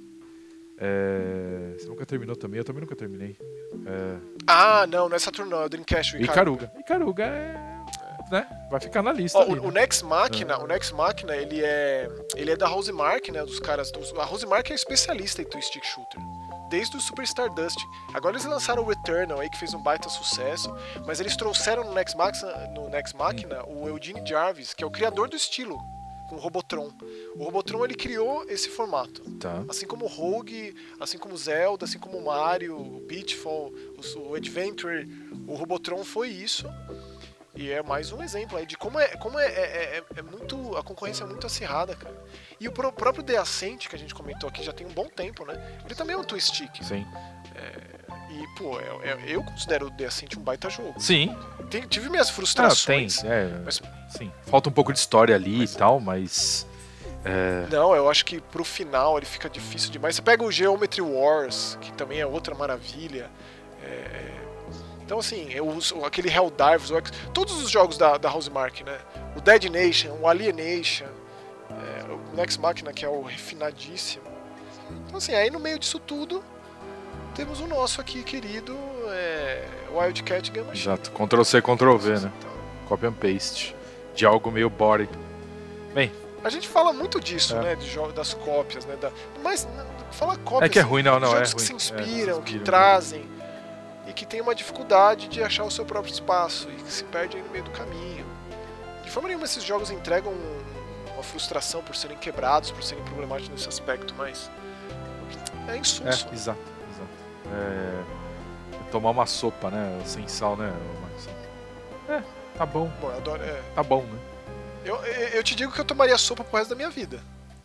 É... Você nunca terminou também? Eu também nunca terminei. É... Ah, não, não é Saturn não, é o Dreamcast, o Ikaruga. Icaruga. Icaruga é... Né? Vai ficar na lista Ó, ali, o, o né? Nex Machina, o Nex Machina, ele é, ele é da Rosemark, né, dos caras, dos, a Rosemark é especialista em twin stick shooter, desde o Super Stardust. Agora eles lançaram o Returnal aí, que fez um baita sucesso, mas eles trouxeram no Nex Machina, no Nex Machina o Eugene Jarvis, que é o criador do estilo, com o Robotron. O Robotron, ele criou esse formato. Tá. Assim como o Rogue, assim como o Zelda, assim como o Mario, o Pitfall, o, o Adventure, o Robotron foi isso. E é mais um exemplo aí de como é, como é, é, é, é muito. A concorrência é muito acirrada, cara. E o pró- próprio The Ascent, que a gente comentou aqui já tem um bom tempo, né? Ele também é um twin stick. Sim. E, pô, é- é- eu considero o The Ascent um baita jogo. Sim. Tem- tive minhas Ah, tem. frustrações. É, Mas- sim. Falta um pouco de história ali Mas e é. tal, mas. É, Não, eu acho que pro final ele fica difícil demais. Você pega o Geometry Wars, que também é outra maravilha. É, Então, assim, eu uso aquele Helldivers, o X- todos os jogos da, da Housemark, né? O Dead Nation, o Alienation, é, o Nex Machina, que é o refinadíssimo. Então, assim, aí no meio disso tudo, temos o nosso aqui, querido é, Wildcat Gun Machine. exato. Ctrl C, Ctrl V, né? Então, Copy and paste. De algo meio boring. Bem, a gente fala muito disso, É. né? De jo- das cópias, né? Da, mas né, fala cópias. é que é ruim, não, não, é jogos ruim. que se É, inspiram, que inspiram. trazem e que tem uma dificuldade de achar o seu próprio espaço e que se perde aí no meio do caminho. De forma nenhuma esses jogos entregam um- uma uma frustração por serem quebrados, por serem problemáticos nesse aspecto, mas é insulso. É, exato, exato. É, tomar uma sopa, né, sem sal, né, Marcos? É, tá bom. Bom, eu adoro, é. Tá bom, né? Eu, eu, eu te digo que eu tomaria sopa pro resto da minha vida.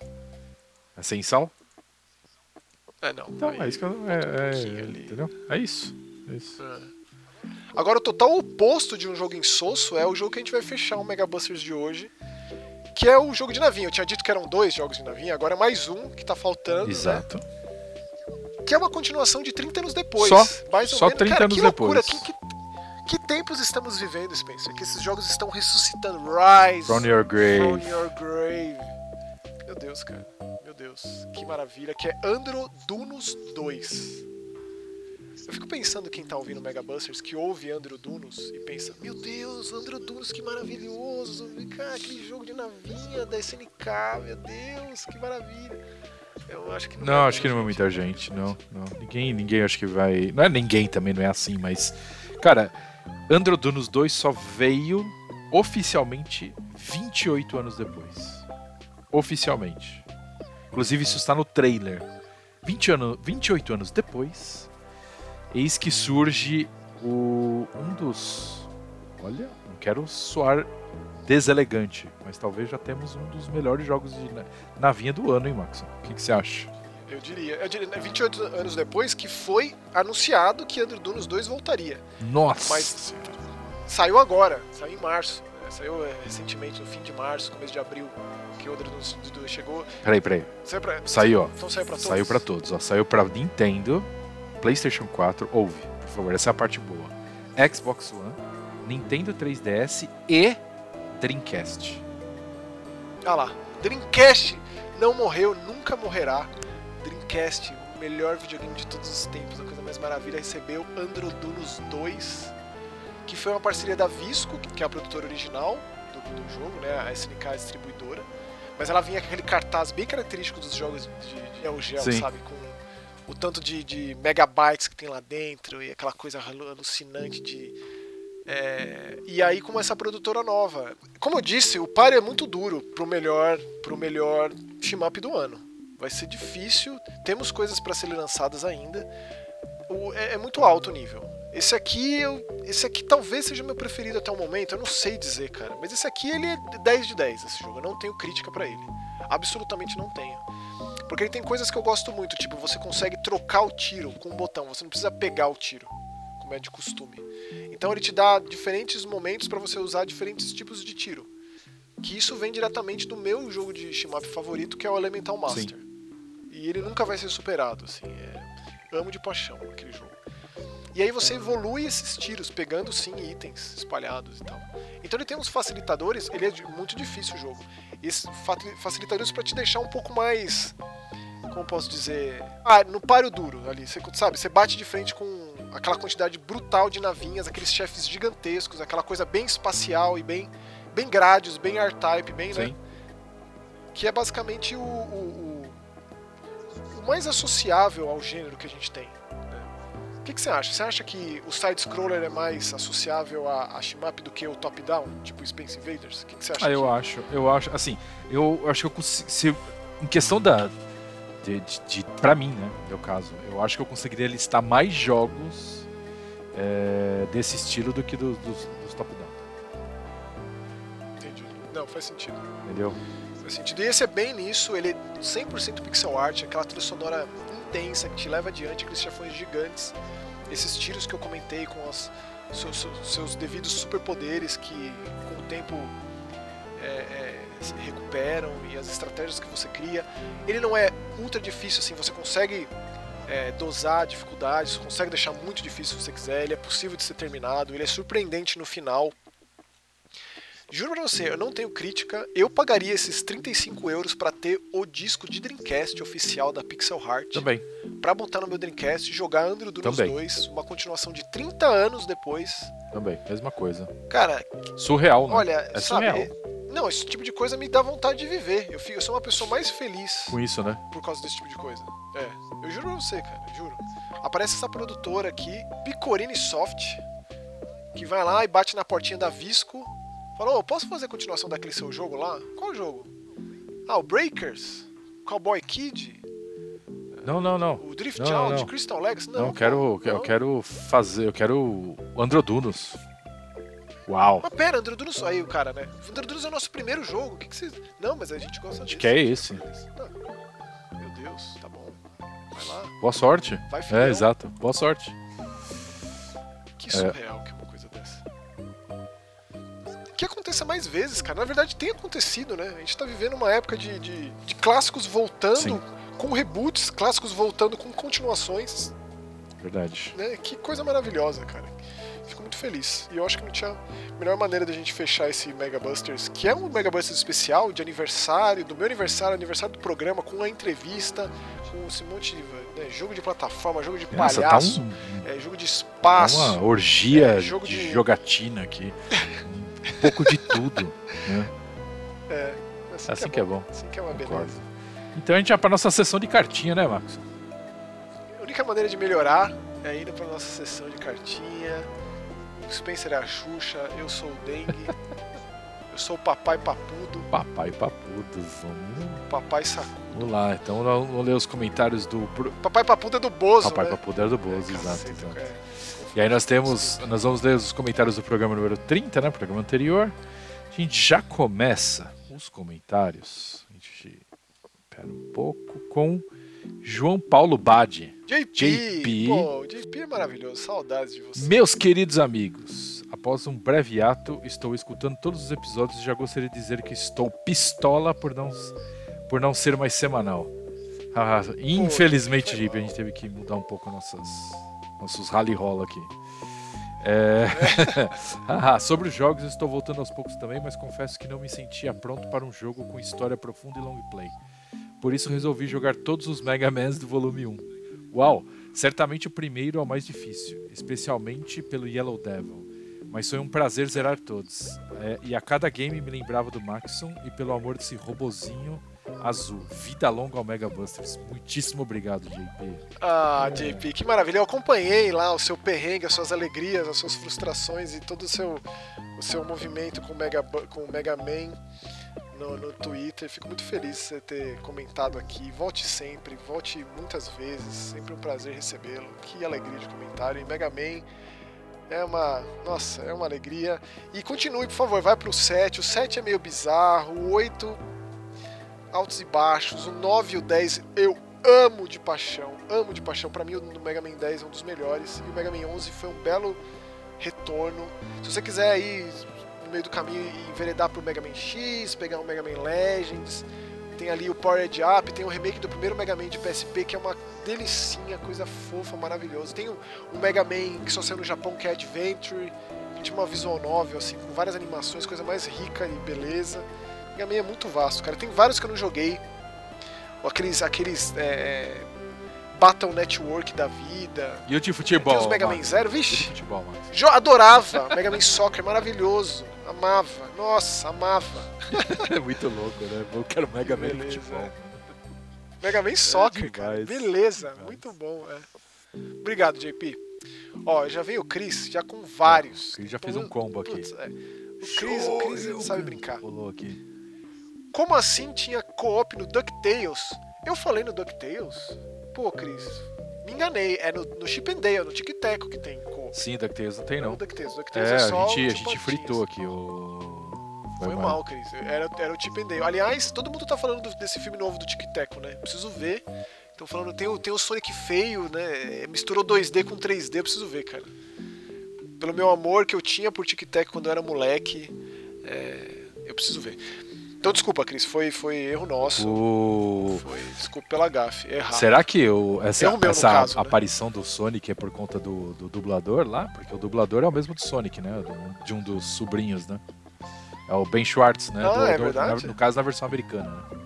É sem sal? É, não. Então, aí, é isso que eu... um É, é, ali. entendeu? É isso. É isso. É. Agora, o total oposto de um jogo insosso é o jogo que a gente vai fechar o Mega Busters de hoje, que é o jogo de navinha. Eu tinha dito que eram dois jogos de navinha, agora é mais um que tá faltando. Exato. Né? Que é uma continuação de trinta anos depois. Só, mais ou só menos. trinta Cara, anos que loucura, depois. Que, que, que tempos estamos vivendo, Spencer? Que esses jogos estão ressuscitando. Rise From Your Grave. From Your Grave. Meu Deus, cara. Meu Deus. Que maravilha. Que é Andro Dunos dois. Eu fico pensando quem tá ouvindo Mega Busters, que ouve Andro Dunos e pensa, meu Deus, Andro Dunos, que maravilhoso. Cara, aquele jogo de navinha da S N K, meu Deus, que maravilha. Eu acho que não. Não, é acho que não é muita gente, gente, não, não. Ninguém, ninguém acho que vai... Não é ninguém também, não é assim, mas... Cara, Andro Dunos dois só veio oficialmente vinte e oito anos depois. Oficialmente. Inclusive isso está no trailer. vinte anos, vinte e oito anos depois, eis que surge o, um dos... Olha, não quero soar deselegante, mas talvez já temos um dos melhores jogos de navinha do ano, hein, Max? O que, que você acha? Eu diria, eu diria, vinte e oito anos depois que foi anunciado que Andro Dunos dois voltaria. Nossa! Mas saiu agora, saiu em março. Né? Saiu é, recentemente, no fim de março, começo de abril, que o Andro Dunos dois chegou. Peraí, peraí. Saiu, pra, saiu, ó. Então saiu pra todos? Saiu pra todos, ó. Saiu pra Nintendo, PlayStation quatro, ouve, por favor, essa é a parte boa. Xbox One, Nintendo três D S e Dreamcast. Ah lá, Dreamcast não morreu, nunca morrerá. Dreamcast, o melhor videogame de todos os tempos, a coisa mais maravilha, recebeu Andro Dunos dois, que foi uma parceria da Visco, que é a produtora original do, do jogo, né, a S N K distribuidora, mas ela vinha com aquele cartaz bem característico dos jogos de, de Neo Geo, Sim. sabe, com o tanto de, de megabytes que tem lá dentro e aquela coisa alucinante de... É, e aí com essa produtora nova. Como eu disse, o páreo é muito duro pro melhor, pro melhor shmup do ano. Vai ser difícil, temos coisas para serem lançadas ainda. O, é, é muito alto o nível. Esse aqui, eu, esse aqui talvez seja o meu preferido até o momento, eu não sei dizer, cara. Mas esse aqui ele é dez de dez, esse jogo. Eu não tenho crítica para ele. Absolutamente não tenho. Porque ele tem coisas que eu gosto muito, tipo, você consegue trocar o tiro com um botão, você não precisa pegar o tiro, como é de costume. Então ele te dá diferentes momentos para você usar diferentes tipos de tiro. Que isso vem diretamente do meu jogo de shmup favorito, que é o Elemental Master. Sim. E ele nunca vai ser superado, assim. É... Amo de paixão aquele jogo. E aí você evolui esses tiros, pegando sim itens espalhados e tal. Então ele tem uns facilitadores, ele é muito difícil o jogo. Esses facilitadores para te deixar um pouco mais... Como posso dizer? Ah, no páreo duro ali, você sabe, você bate de frente com aquela quantidade brutal de navinhas, aqueles chefes gigantescos, aquela coisa bem espacial e bem, bem Gradius, bem R-Type, bem, Sim. né? Que é basicamente o, o, o, o mais associável ao gênero que a gente tem. Né? O que, que você acha? Você acha que o side-scroller é mais associável a, a shmup do que o top-down, tipo Space Invaders? O que, que você acha? Ah, eu que... acho, eu acho, assim, eu acho que eu consigo, se, em questão da... De, de, de, pra mim, né, no meu caso, eu acho que eu conseguiria listar mais jogos é, desse estilo do que do, dos, dos top-down. Entendi. Não, faz sentido. Entendeu? Faz sentido. E esse é bem nisso, ele é cem por cento pixel art, aquela trilha sonora intensa que te leva adiante, aqueles chefões gigantes, esses tiros que eu comentei com os seus, seus devidos superpoderes que com o tempo é, é, se recuperam e as estratégias que você cria. Ele não é ultra difícil, assim, você consegue é, dosar a dificuldade, você consegue deixar muito difícil se você quiser, ele é possível de ser terminado, ele é surpreendente no final. Juro pra você, eu não tenho crítica, eu pagaria esses trinta e cinco euros pra ter o disco de Dreamcast oficial da Pixel Heart. Também. Pra botar no meu Dreamcast e jogar Andro Dunos dois, uma continuação de trinta anos depois. Também, mesma coisa. Cara, surreal, né? Olha, é sabe, surreal. Não, esse tipo de coisa me dá vontade de viver. Eu, fico, eu sou uma pessoa mais feliz com isso, né? Por causa desse tipo de coisa. É, eu juro pra você, cara, juro. Aparece essa produtora aqui, Picorini Soft, que vai lá e bate na portinha da Visco. Falou, oh, posso fazer a continuação daquele seu jogo lá? Qual jogo? Ah, o Breakers? Cowboy Kid? Não, não, não. O Drift não, Out? não. Crystal Legacy? Não, Não, eu quero, não. eu quero fazer, eu quero Androdunos. Uau. Mas pera, Androdunos, aí o cara, né? Androdunos é o nosso primeiro jogo, o que que vocês... Não, mas a gente gosta Acho desse. que é esse. Não. Meu Deus, tá bom. Vai lá. Boa sorte. Vai, filhão. É, exato. Boa sorte. Que surreal que é uma coisa dessa. Que aconteça mais vezes, cara. Na verdade tem acontecido, né? A gente tá vivendo uma época de, de, de clássicos voltando Sim. com reboots, clássicos voltando com continuações. Verdade. Né? Que coisa maravilhosa, cara. Fico muito feliz. E eu acho que não tinha melhor maneira da gente fechar esse Mega Busters, que é um Mega Busters especial de aniversário, do meu aniversário, aniversário do programa, com a entrevista, com esse monte de né, jogo de plataforma, jogo de Nossa, palhaço, tá um, é, jogo de espaço. uma orgia é, jogo de, de jogatina aqui. Um pouco de tudo. Né? É, assim, Assim que, que é é bom. Assim que é uma Concordo. beleza. Então a gente vai pra nossa sessão de cartinha, né, Marcos? A única maneira de melhorar é indo pra nossa sessão de cartinha. O Spencer é a Xuxa, eu sou o Dengue. Eu sou o Papai Papudo, Papai Papudo, vamos, Papai Sacudo. vamos lá. Então vamos ler os comentários do... pro- Papai Papudo é do Bozo, Papai né? Papudo era do Bozo, É, exato. caceta, exato. é. E aí nós temos, nós vamos ler os comentários do programa número trinta, né, programa anterior. A gente já começa os comentários, a gente, pera um pouco, com João Paulo Bade. J P, J P. Pô, o J P é maravilhoso, saudades de você. Meus queridos amigos, após um breve ato, estou escutando todos os episódios e já gostaria de dizer que estou pistola por não, por não ser mais semanal. Ah, infelizmente, foi J P, a mal. gente teve que mudar um pouco nossas, nossos rally rola aqui. É... Ah, sobre os jogos, eu estou voltando aos poucos também, mas confesso que não me sentia pronto para um jogo com história profunda e long play. Por isso resolvi jogar todos os Mega Mans do volume um. Uau, certamente o primeiro é o mais difícil, especialmente pelo Yellow Devil. Mas foi um prazer zerar todos. É, e a cada game me lembrava do Maxon e pelo amor desse robozinho azul. Vida longa ao Mega Busters. Muitíssimo obrigado, J P. Ah, J P, que maravilha. Eu acompanhei lá o seu perrengue, as suas alegrias, as suas frustrações e todo o seu, o seu movimento com o Mega, Bu- com o Mega Man no, no Twitter. Fico muito feliz de você ter comentado aqui. Volte sempre, volte muitas vezes. Sempre um prazer recebê-lo. Que alegria de comentário. E Mega Man é uma... Nossa, é uma alegria. E continue, por favor, vai pro sete. O sete é meio bizarro. O oito... altos e baixos. O nove e o dez eu amo de paixão. Amo de paixão. Pra mim o Mega Man dez é um dos melhores. E o Mega Man onze foi um belo retorno. Se você quiser aí no meio do caminho e enveredar pro Mega Man X, pegar um Mega Man Legends, tem ali o Powered Up, tem o remake do primeiro Mega Man de P S P, que é uma delicinha, coisa fofa, maravilhosa. Tem o, o Mega Man que só saiu no Japão, que é Adventure, que tinha uma visual novel, assim, com várias animações, coisa mais rica e beleza. O Mega Man é muito vasto, cara. Tem vários que eu não joguei. Ou aqueles, aqueles é, Battle Network da vida. E o de futebol? Tem os Mega Man Max? Zero, E o de vixe. futebol, Max? Jo- Adorava. Mega Man Soccer, maravilhoso. Amava. Nossa, amava. É muito louco, né? Eu quero Mega Man de Beleza, futebol. é. Mega Man Soccer, demais, cara. Beleza, demais. muito bom. É. Obrigado, J P. Ó, já veio o Chris, já com vários. O Chris já Pelo fez um menos- combo aqui. Putz, é. O Chris, o Chris ele sabe brincar. Pulou aqui. Como assim tinha co-op no DuckTales? Eu falei no DuckTales? Pô, Chris, me enganei. É no, no Chip and Dale, no Tic Teco que tem co-op. Sim, DuckTales não tem Não não. no DuckTales. DuckTales É, é, a só gente, a os gente patinhos. fritou aqui o... Foi mal, Cris. Era, era o Chip and Dale. Aliás, todo mundo tá falando do- desse filme novo do Tic Teco, né? Preciso ver. Estão falando, tem o, tem o Sonic feio, né? Misturou dois D com três D, eu preciso ver, cara. Pelo meu amor que eu tinha por Tic Teco quando eu era moleque, é, eu preciso ver. Então desculpa, Cris, foi, foi erro nosso. O... Foi, desculpa pela gafe, errar. Será que o, essa, Erro meu, no essa caso, né? aparição do Sonic é por conta do, do dublador lá? Porque o dublador é o mesmo do Sonic, né? Do- De um dos sobrinhos, né? É o Ben Schwartz, né? Ah, Do- é do- verdade? na- no caso, na versão americana, né?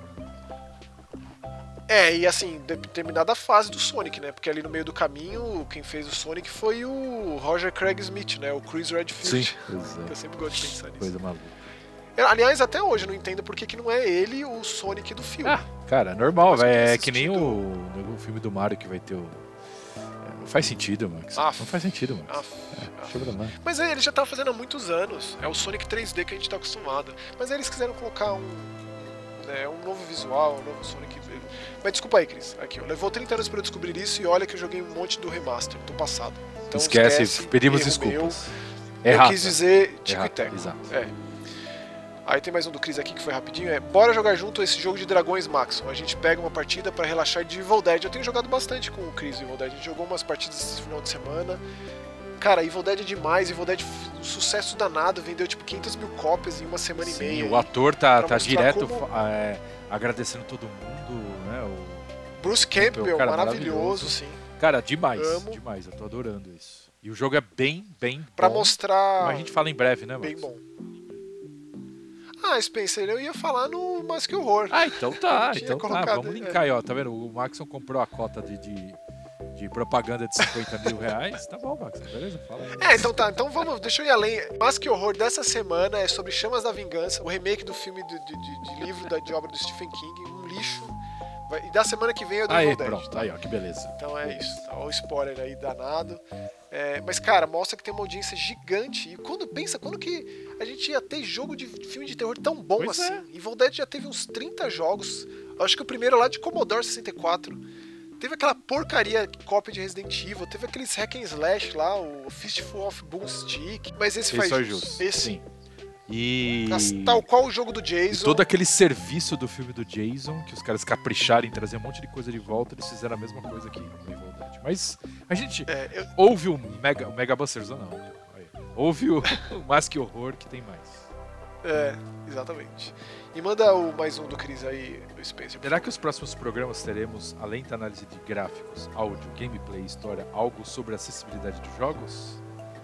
É, e assim, determinada fase do Sonic, né? Porque ali no meio do caminho, quem fez o Sonic foi o Roger Craig Smith, né? O Chris Redfield. Sim, exato. Eu sempre gosto de pensar nisso. Coisa maluca. Eu, aliás, até hoje eu não entendo por que, que não é ele o Sonic do filme. Ah, cara, normal, Mas eu velho. tenho É que nem assistido- o, o filme do Mario que vai ter o... é, Não faz sentido, Max. Aff. Não faz sentido, Max. Aff, É, aff. deixa eu ver lá. Mas aí ele já tá fazendo há muitos anos. É o Sonic três D que a gente tá acostumado. Mas aí eles quiseram colocar um, né? É um novo visual, um novo Sonic. Mas desculpa aí, Cris. Aqui, ó. Levou trinta anos pra eu descobrir isso e olha que eu joguei um monte do remaster do passado. Então, esquece, esquece pedimos erro desculpas. Meu. Errata. Eu quis dizer Tico e Errata, Teco. exato. É. Aí tem mais um do Cris aqui que foi rapidinho. É, bora jogar junto esse jogo de dragões, Maxon. A gente pega uma partida pra relaxar de Evil Dead. Eu tenho jogado bastante com o Cris e Evil Dead. A gente jogou umas partidas esse final de semana. Cara, Evil Dead é demais. Evil Dead, um sucesso danado. Vendeu tipo quinhentas mil cópias em uma semana Sim, e meia. o ator tá, tá direto como... é, agradecendo todo mundo, né? O Bruce Campbell, cara, maravilhoso, maravilhoso, sim. Cara, demais, Amo. demais. Eu tô adorando isso. E o jogo é bem, bem Pra bom. mostrar... Mas a gente fala em breve, né, Bem Max? bom. Ah, Spencer, eu ia falar no Mais Que Horror. Ah, então tá, tinha então tá. colocado, Vamos é. linkar aí, ó. Tá vendo? O Maxon comprou a cota de, de, de propaganda de cinquenta mil reais. Tá bom, Maxon, beleza? Fala aí. É, então tá, então vamos, deixa eu ir além. Mais Que Horror dessa semana é sobre Chamas da Vingança, o remake do filme de, de, de, de livro da, de obra do Stephen King, um lixo. Vai- E da semana que vem é do Aí, Evil Dead. pronto, aí, ó, que beleza. Então é isso, tá? Olha o spoiler aí danado. É, mas, cara, mostra que tem uma audiência gigante. E quando pensa, quando que a gente ia ter jogo de filme de terror tão bom Pois assim? é. Evil Dead já teve uns trinta jogos. Acho que o primeiro lá de Commodore sessenta e quatro. Teve aquela porcaria cópia de Resident Evil. Teve aqueles hack and slash lá, o Fistful of Boomstick. Mas esse faz Esse faz jus. jus. Esse, Sim. E... tal qual o jogo do E Jason. todo aquele serviço do filme do Jason, que os caras capricharam em trazer um monte de coisa de volta, eles fizeram a mesma coisa aqui no Evil Dead. Mas a gente É, eu- ouve o Mega, o Mega Busters ou não. Aí. Ouve o, o Mais Que Horror que tem mais. É, exatamente. E manda o mais um do Chris aí, o Spencer. por Será favor. que os próximos programas teremos, além da análise de gráficos, áudio, gameplay, história, algo sobre a acessibilidade dos jogos?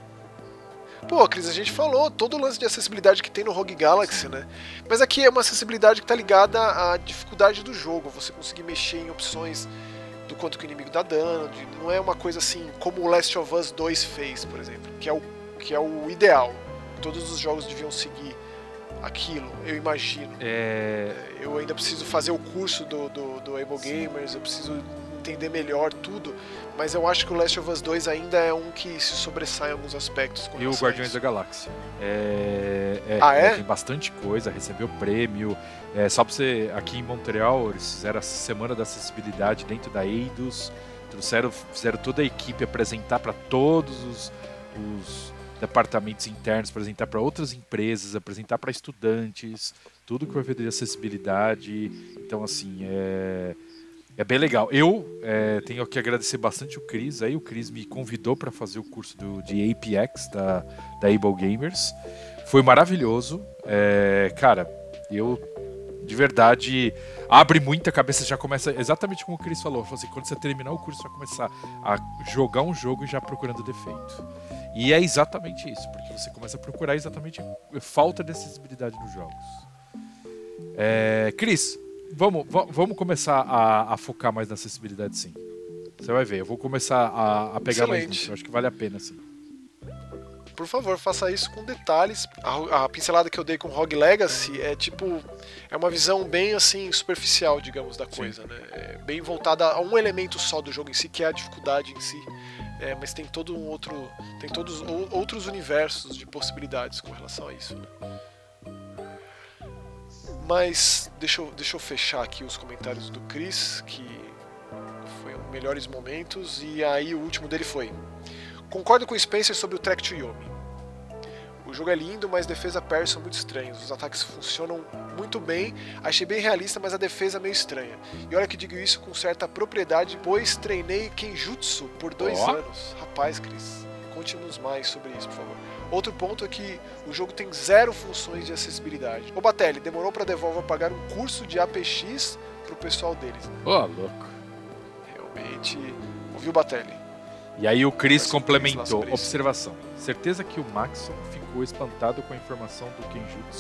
Pô, Cris, a gente falou todo o lance de acessibilidade que tem no Rogue Galaxy, né? Mas aqui é uma acessibilidade que tá ligada à dificuldade do jogo, você conseguir mexer em opções do quanto que o inimigo dá dano, de- não é uma coisa assim como o Last of Us dois fez, por exemplo, que é o, que é o ideal. Todos os jogos deviam seguir aquilo, eu imagino. É... Eu ainda preciso fazer o curso do, do, do Able Gamers, eu preciso entender melhor tudo, mas eu acho que o Last of Us dois ainda é um que se sobressai em alguns aspectos. com E o relação a Guardiões isso. da Galáxia. É, é, Ah, é? Tem bastante coisa, recebeu prêmio. É, só pra você, aqui em Montreal, eles fizeram a semana da acessibilidade dentro da Eidos. Trouxeram, fizeram toda a equipe apresentar para todos os, os departamentos internos, apresentar para outras empresas, apresentar para estudantes, tudo que vai ver de acessibilidade. Então, assim, é. É bem legal. Eu é, tenho que agradecer bastante o Cris. Aí o Cris me convidou para fazer o curso do, de A P X da, da Able Gamers. Foi maravilhoso. É, cara, eu de verdade abre muita cabeça. Já começa exatamente como o Cris falou. Falou assim, quando você terminar o curso, você vai começar a jogar um jogo e já procurando defeito. E é exatamente isso, porque você começa a procurar exatamente a falta de acessibilidade nos jogos. É, Cris, Vamos, va- vamos começar a, a focar mais na acessibilidade, sim. Você vai ver, eu vou começar a, a pegar mais Excelente. nisso. Eu acho que vale a pena, sim. Por favor, faça isso com detalhes. A, a pincelada que eu dei com Rogue Legacy é tipo. É uma visão bem assim, superficial, digamos, da coisa, né? É bem voltada a um elemento só do jogo em si, que é a dificuldade em si. É, mas tem todo um outro. Tem todos ou- outros universos de possibilidades com relação a isso, né? Mas deixa eu, deixa eu fechar aqui os comentários do Chris, que foi um dos melhores momentos, e aí o último dele foi: concordo com o Spencer sobre o Trek to Yomi. O jogo é lindo, mas defesa parry são muito estranhos. Os ataques funcionam muito bem, achei bem realista, mas a defesa é meio estranha. E olha que digo isso com certa propriedade, pois treinei Kenjutsu por dois Ó. anos. Rapaz, Chris, conte-nos mais sobre isso, por favor. Outro ponto é que o jogo tem zero funções de acessibilidade. O Batelli demorou para Devolver pagar um curso de A P X pro pessoal deles. Né? Ô, louco. Realmente, ouviu, Batelli? E aí o Chris Mas complementou. sobre isso. Observação. Certeza que o Maxon ficou espantado com a informação do Kenjutsu.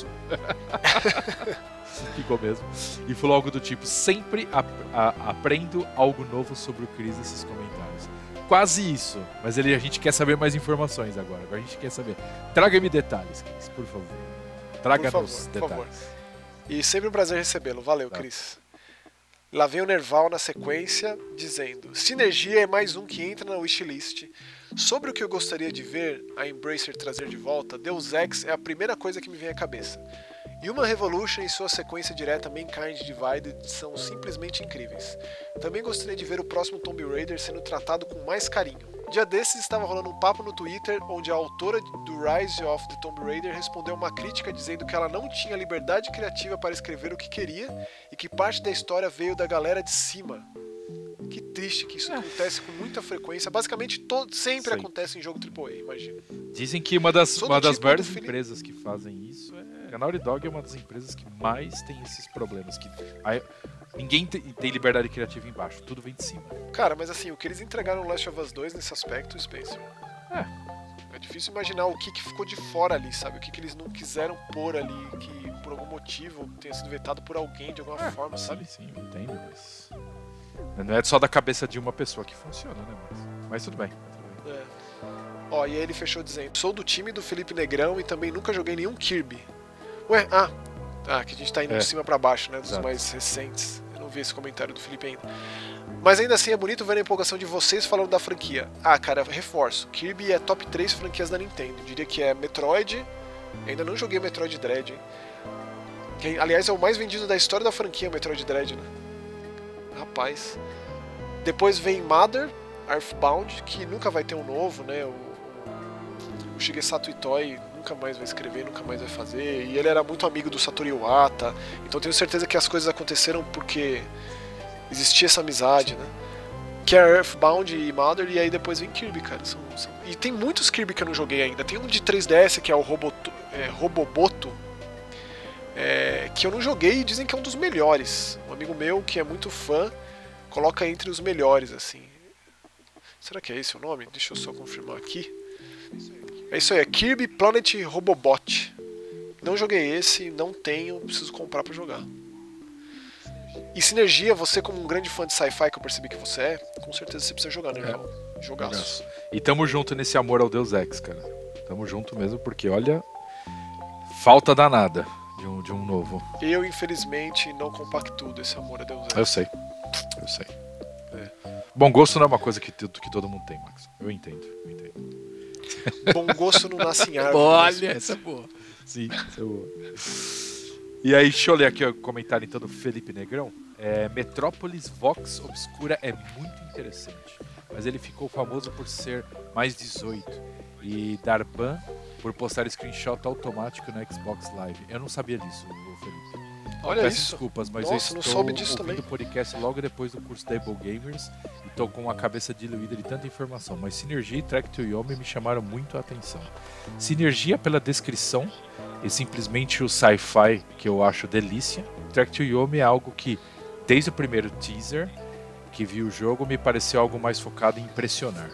Ficou mesmo. E falou algo do tipo, sempre ap- a- aprendo algo novo sobre o Chris nesses comentários. Quase isso. Mas ele, a gente quer saber mais informações agora. Agora a gente quer saber. Traga-me detalhes, Chris, por favor. Traga-nos Por favor, por favor. detalhes. E sempre um prazer recebê-lo. Valeu, Tá. Cris. Lá vem o Nerval na sequência, dizendo: Sinergia é mais um que entra na wishlist. Sobre o que eu gostaria de ver a Embracer trazer de volta, Deus Ex é a primeira coisa que me vem à cabeça. Human Revolution e sua sequência direta Mankind Divided são simplesmente incríveis. Também gostaria de ver o próximo Tomb Raider sendo tratado com mais carinho. Dia desses estava rolando um papo no Twitter onde a autora do Rise of the Tomb Raider respondeu uma crítica dizendo que ela não tinha liberdade criativa para escrever o que queria e que parte da história veio da galera de cima. Que triste que isso acontece com muita frequência. Basicamente, todo, sempre Sim. acontece em jogo triplo A, imagina. Dizem que uma das, Sou do uma das tipo maiores do Felipe- empresas que fazem isso é. A Naughty Dog é uma das empresas que mais tem esses problemas. Que aí, ninguém tem, tem liberdade criativa embaixo, tudo vem de cima. Cara, mas assim, o que eles entregaram no Last of Us dois nesse aspecto, Spencer. É. É difícil imaginar o que, que ficou de fora ali, sabe? O que, que eles não quiseram pôr ali, que por algum motivo tenha sido vetado por alguém de alguma É, forma, sim, sabe? sim, eu entendo, mas. Não é só da cabeça de uma pessoa que funciona, né? Mas, mas tudo bem. Tudo bem. É. Ó, e aí ele fechou dizendo: sou do time do Felipe Negrão e também nunca joguei nenhum Kirby. Ué, ah, ah que a gente tá indo É. de cima pra baixo, né? Dos Exato. mais recentes. Eu não vi esse comentário do Felipe ainda. Mas ainda assim é bonito ver a empolgação de vocês falando da franquia. Ah, cara, reforço. Kirby é top três franquias da Nintendo. Diria que é Metroid. Ainda não joguei Metroid Dread, hein? Que, aliás, é o mais vendido da história da franquia, Metroid Dread, né? Rapaz. Depois vem Mother, Earthbound, que nunca vai ter um novo, né? O, o Shigesato Itoi nunca mais vai escrever, nunca mais vai fazer. E ele era muito amigo do Satoru Iwata. Então tenho certeza que as coisas aconteceram porque existia essa amizade, né? Que é Earthbound e Mother, e aí depois vem Kirby, cara. São, são... E tem muitos Kirby que eu não joguei ainda. Tem um de três D S que é o Roboto, é, Roboboto, é, que eu não joguei e dizem que é um dos melhores. Um amigo meu que é muito fã coloca entre os melhores, assim. Será que é esse o nome? Deixa eu só confirmar aqui. É isso aí, é Kirby Planet Robobot. Não joguei esse, não tenho, preciso comprar pra jogar. E Sinergia, você como um grande fã de sci-fi que eu percebi que você é, com certeza você precisa jogar, né, É. irmão? Jogaço. E tamo junto nesse amor ao Deus Ex, cara. Tamo junto mesmo, porque olha. Falta danada de um, de um novo. Eu, infelizmente, não compactuo desse amor a Deus. Eu sei. Eu sei. É. Bom gosto não é uma coisa que, tu- que todo mundo tem, Max. Eu entendo, eu entendo. Bom gosto não nasce em árvore. Olha, mas- essa é boa. Sim, essa é boa. E aí, deixa eu ler aqui o comentário então do Felipe Negrão. É, Metrópolis Vox Obscura é muito interessante, mas ele ficou famoso por ser mais dezoito e dar ban por postar screenshot automático no Xbox Live. Eu não sabia disso, Felipe. Olha Peço isso. desculpas, mas Nossa, eu não estou soube disso ouvindo também. o podcast logo depois do curso da Able Gamers e estou com a cabeça diluída de tanta informação, mas Sinergia e Track to Yomi me chamaram muito a atenção. Sinergia pela descrição e simplesmente o sci-fi que eu acho delícia. Track to Yomi é algo que, desde o primeiro teaser que vi o jogo, me pareceu algo mais focado em impressionar.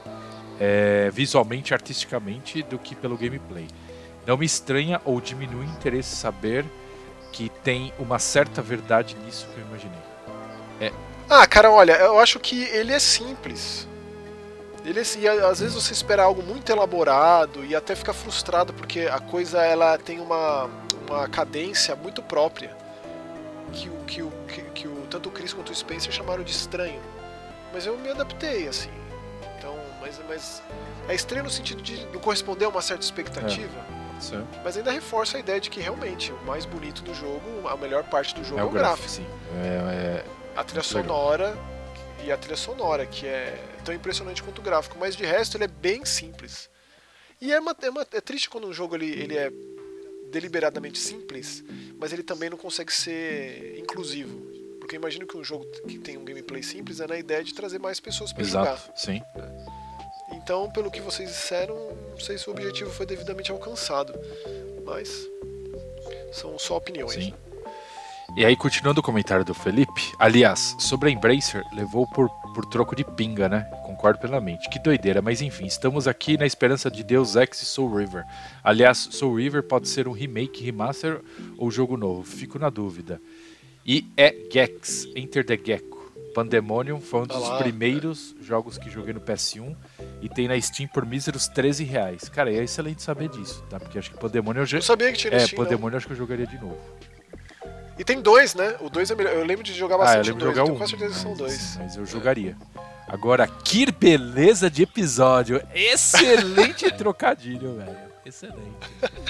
É, visualmente, artisticamente, do que pelo gameplay. Não me estranha ou diminui o interesse saber que tem uma certa verdade nisso que eu imaginei. Ah, cara, olha, eu acho que ele é simples. Ele é, e às vezes você espera algo muito elaborado e até fica frustrado porque a coisa ela tem uma, uma cadência muito própria que, o, que, o, que, que o, tanto o Chris quanto o Spencer chamaram de estranho. Mas eu me adaptei, assim. Então, mas, mas é estranho no sentido de não corresponder a uma certa expectativa, Sim. mas ainda reforça a ideia de que realmente o mais bonito do jogo, a melhor parte do jogo é, É o o gráfico. gráfico, sim. É, é, A trilha Muito legal. sonora e a trilha sonora, que é tão impressionante quanto o gráfico, mas de resto ele é bem simples. E é, uma, é, uma, é triste quando um jogo ele, ele é deliberadamente simples, mas ele também não consegue ser inclusivo. Porque eu imagino que um jogo que tem um gameplay simples é na ideia de trazer mais pessoas para jogar. exato, sim. Então, pelo que vocês disseram, não sei se o objetivo foi devidamente alcançado, mas são só opiniões. Sim. Né? E aí, continuando o comentário do Felipe, aliás, sobre a Embracer, levou por, por troco de pinga, né? Concordo plenamente. Que doideira, mas enfim, estamos aqui na esperança de Deus Ex e Soul River. Aliás, Soul River pode ser um remake, remaster ou jogo novo, fico na dúvida. E é Gex, Enter the Gecko. Pandemonium foi um dos Ah lá, primeiros jogos que joguei no P S um e tem na Steam por míseros treze reais. Cara, é excelente saber disso, tá? Porque acho que Pandemonium eu já... Eu sabia que tinha no É, Steam, não. Pandemonium acho que eu jogaria de novo. E tem dois, né? O dois é melhor. Eu lembro de jogar Ah, eu bastante lembro o de dois. jogar Eu tenho um, quase certeza que são mas, dois. assim, mas eu jogaria. Agora, que beleza de episódio. Excelente trocadilho, velho. Excelente.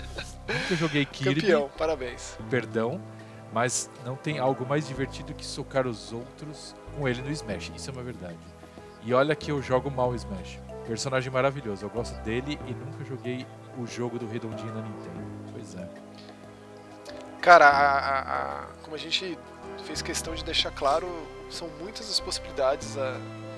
Nunca joguei Kirby. Campeão, parabéns. Perdão, mas não tem algo mais divertido que socar os outros com ele no Smash. Isso é uma verdade. E olha que eu jogo mal o Smash. Personagem maravilhoso, eu gosto dele e nunca joguei o jogo do Redondinho na Nintendo. Pois é. Cara, a, a, a, como a gente fez questão de deixar claro, são muitas as possibilidades. A,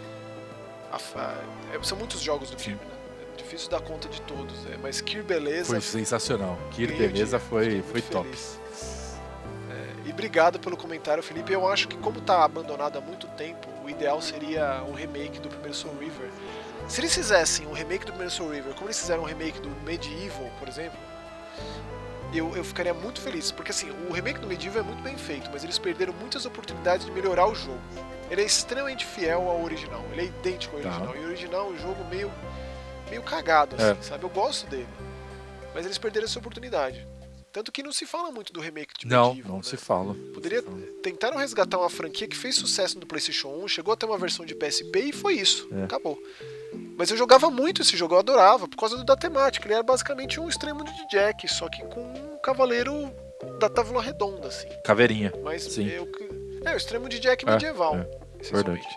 a, a, são muitos jogos do Kirby, né? É difícil dar conta de todos, né? Mas Kirby Beleza... Foi sensacional. Kirby Beleza foi, foi top. É, e obrigado pelo comentário, Felipe. Eu acho que como tá abandonado há muito tempo, o ideal seria um remake do primeiro Soul River. Se eles fizessem um remake do primeiro Soul River, como eles fizeram um remake do Medieval, por exemplo, eu, eu ficaria muito feliz. Porque assim, o remake do Medieval é muito bem feito, mas eles perderam muitas oportunidades de melhorar o jogo. Ele é extremamente fiel ao original, ele é idêntico ao original. Tá. E o original é um jogo meio, meio cagado, assim, é. sabe? Eu gosto dele. Mas eles perderam essa oportunidade. Tanto que não se fala muito do remake de Medieval. Não, não né? se fala. Poderia se fala. Tentaram resgatar uma franquia que fez sucesso no PlayStation um, chegou até uma versão de P S P e foi isso. É. Acabou. Mas eu jogava muito esse jogo, eu adorava, por causa da temática. Ele era basicamente um extremo de Jack, só que com um cavaleiro da tábua redonda, assim. Caveirinha. Mas Sim. Eu, é, o extremo de Jack medieval, é, é. essencialmente.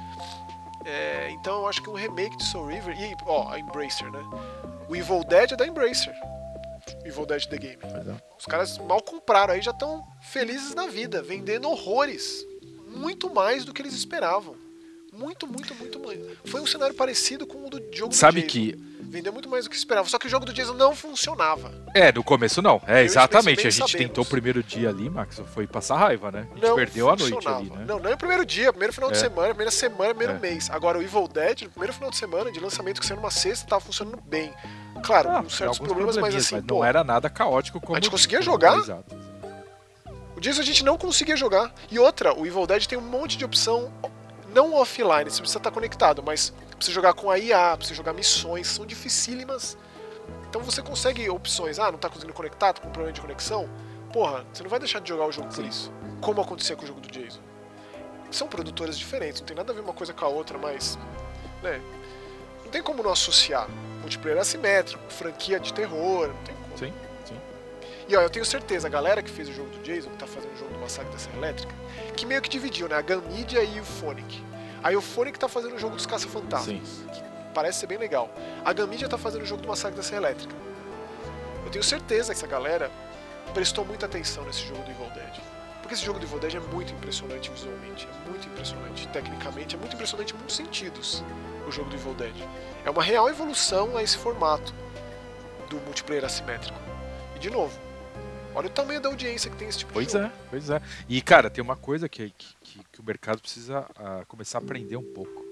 É, então eu acho que um remake de Soul River, e ó, a Embracer, né? O Evil Dead é da Embracer. Evil Dead The Game. É. Os caras mal compraram aí, já estão felizes na vida, vendendo horrores. Muito mais do que eles esperavam. Muito, muito, muito mais. Foi um cenário parecido com o do jogo Sabe do Jason. que... Vendeu muito mais do que esperava. Só que o jogo do Jason não funcionava. É, no começo não. É, Eu exatamente. A gente sabemos. tentou o primeiro dia ali, Max, foi passar raiva, né? A gente não perdeu a noite ali, né? Não, não é o primeiro dia, primeiro final é. de semana, primeira semana, primeiro é. mês. Agora o Evil Dead, no primeiro final de semana de lançamento que saiu numa sexta, tava funcionando bem. Claro, ah, com certos problemas, mas assim, mas pô, não era nada caótico como... A gente conseguia jogar? Exato. O Jason a gente não conseguia jogar. E outra, o Evil Dead tem um monte de opção não offline, você precisa estar conectado, mas precisa jogar com a I A, precisa jogar missões, são dificílimas. Então você consegue opções, ah, não tá conseguindo conectar, tá com problema de conexão? Porra, você não vai deixar de jogar o jogo por isso. Como acontecia com o jogo do Jason. São produtoras diferentes, não tem nada a ver uma coisa com a outra, mas... né, não tem como não associar. Multiplayer assimétrico, franquia de terror, não tem como. Sim, sim. E ó, eu tenho certeza, a galera que fez o jogo do Jason, que tá fazendo o jogo do Massacre da Serra Elétrica, que meio que dividiu, né? A Gamidia e o Phonic. Aí o Phonic tá fazendo o jogo dos Caça-Fantasmas, que parece ser bem legal. A Gamidia tá fazendo o jogo do Massacre da Serra Elétrica. Eu tenho certeza que essa galera prestou muita atenção nesse jogo do Evil Dead. Porque esse jogo do Evil Dead é muito impressionante visualmente, é muito impressionante tecnicamente, é muito impressionante em muitos sentidos, o jogo do Evil Dead. É uma real evolução a esse formato do multiplayer assimétrico. E de novo, olha o tamanho da audiência que tem esse tipo pois de jogo. Pois é, pois é. E cara, tem uma coisa que, que, que o mercado precisa uh, começar a aprender um pouco.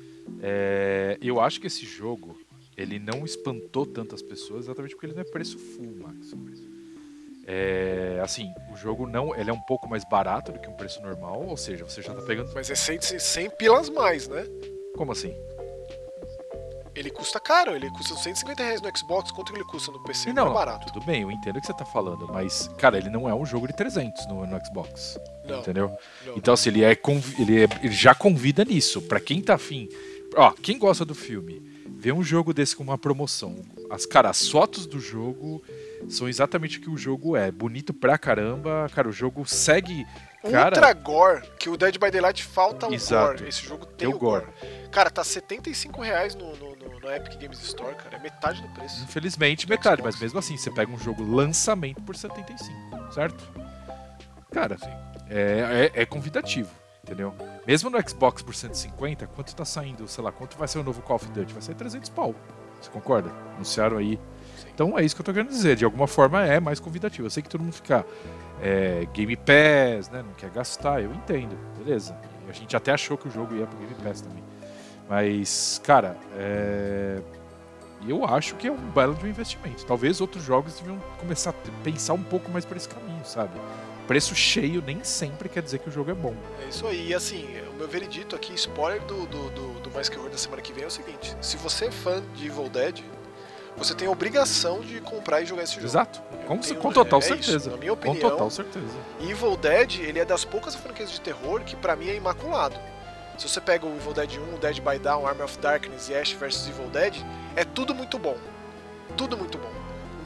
É, eu acho que esse jogo, ele não espantou tantas pessoas exatamente porque ele não é preço full, Max. É, assim, o jogo não, ele é um pouco mais barato do que um preço normal, ou seja, você já tá pegando... Mas é cem, cem pilas mais, né? Como assim? Ele custa caro, ele custa cento e cinquenta reais no Xbox, quanto ele custa no P C? Não, não é barato. Tudo bem, eu entendo o que você tá falando, mas, cara, ele não é um jogo de trezentos no, no Xbox, não, entendeu? Não, então, assim, ele, é, ele, é, ele já convida nisso, pra quem tá afim... Ó, quem gosta do filme, vê um jogo desse com uma promoção, as, cara, as fotos do jogo são exatamente o que o jogo é, bonito pra caramba, cara, o jogo segue... Cara... Ultra gore, que o Dead by Daylight falta o Exato. gore. Esse jogo tem o, o gore. gore. Cara, tá setenta e cinco reais no, no, no, no Epic Games Store, cara. É metade do preço. Infelizmente, metade, Xbox. Mas mesmo assim, você pega um jogo lançamento por setenta e cinco, certo? Cara, é, é, é convidativo, entendeu? Mesmo no Xbox por cento e cinquenta, quanto tá saindo, sei lá, quanto vai ser o novo Call of Duty? Vai sair trezentos pau. Você concorda? Anunciaram aí. Sim. Então é isso que eu tô querendo dizer. De alguma forma é mais convidativo. Eu sei que todo mundo fica... É, Game Pass, né? Não quer gastar, eu entendo, beleza. E a gente até achou que o jogo ia pro Game Pass também. Mas, cara, é... eu acho que é um belo de um investimento. Talvez outros jogos deviam começar a pensar um pouco mais por esse caminho, sabe? Preço cheio nem sempre quer dizer que o jogo é bom. É isso aí, e assim, o meu veredito aqui, spoiler do, do, do, do Mais Que Horror da semana que vem é o seguinte: se você é fã de Evil Dead, você tem a obrigação de comprar e jogar esse jogo. Exato, com, tenho, com total é, certeza. É isso, na minha opinião, com total certeza. Evil Dead, ele é das poucas franquias de terror que pra mim é imaculado. Se você pega o Evil Dead um, Dead by Dawn, Army of Darkness e Ash versus. Evil Dead, é tudo muito bom. Tudo muito bom. Não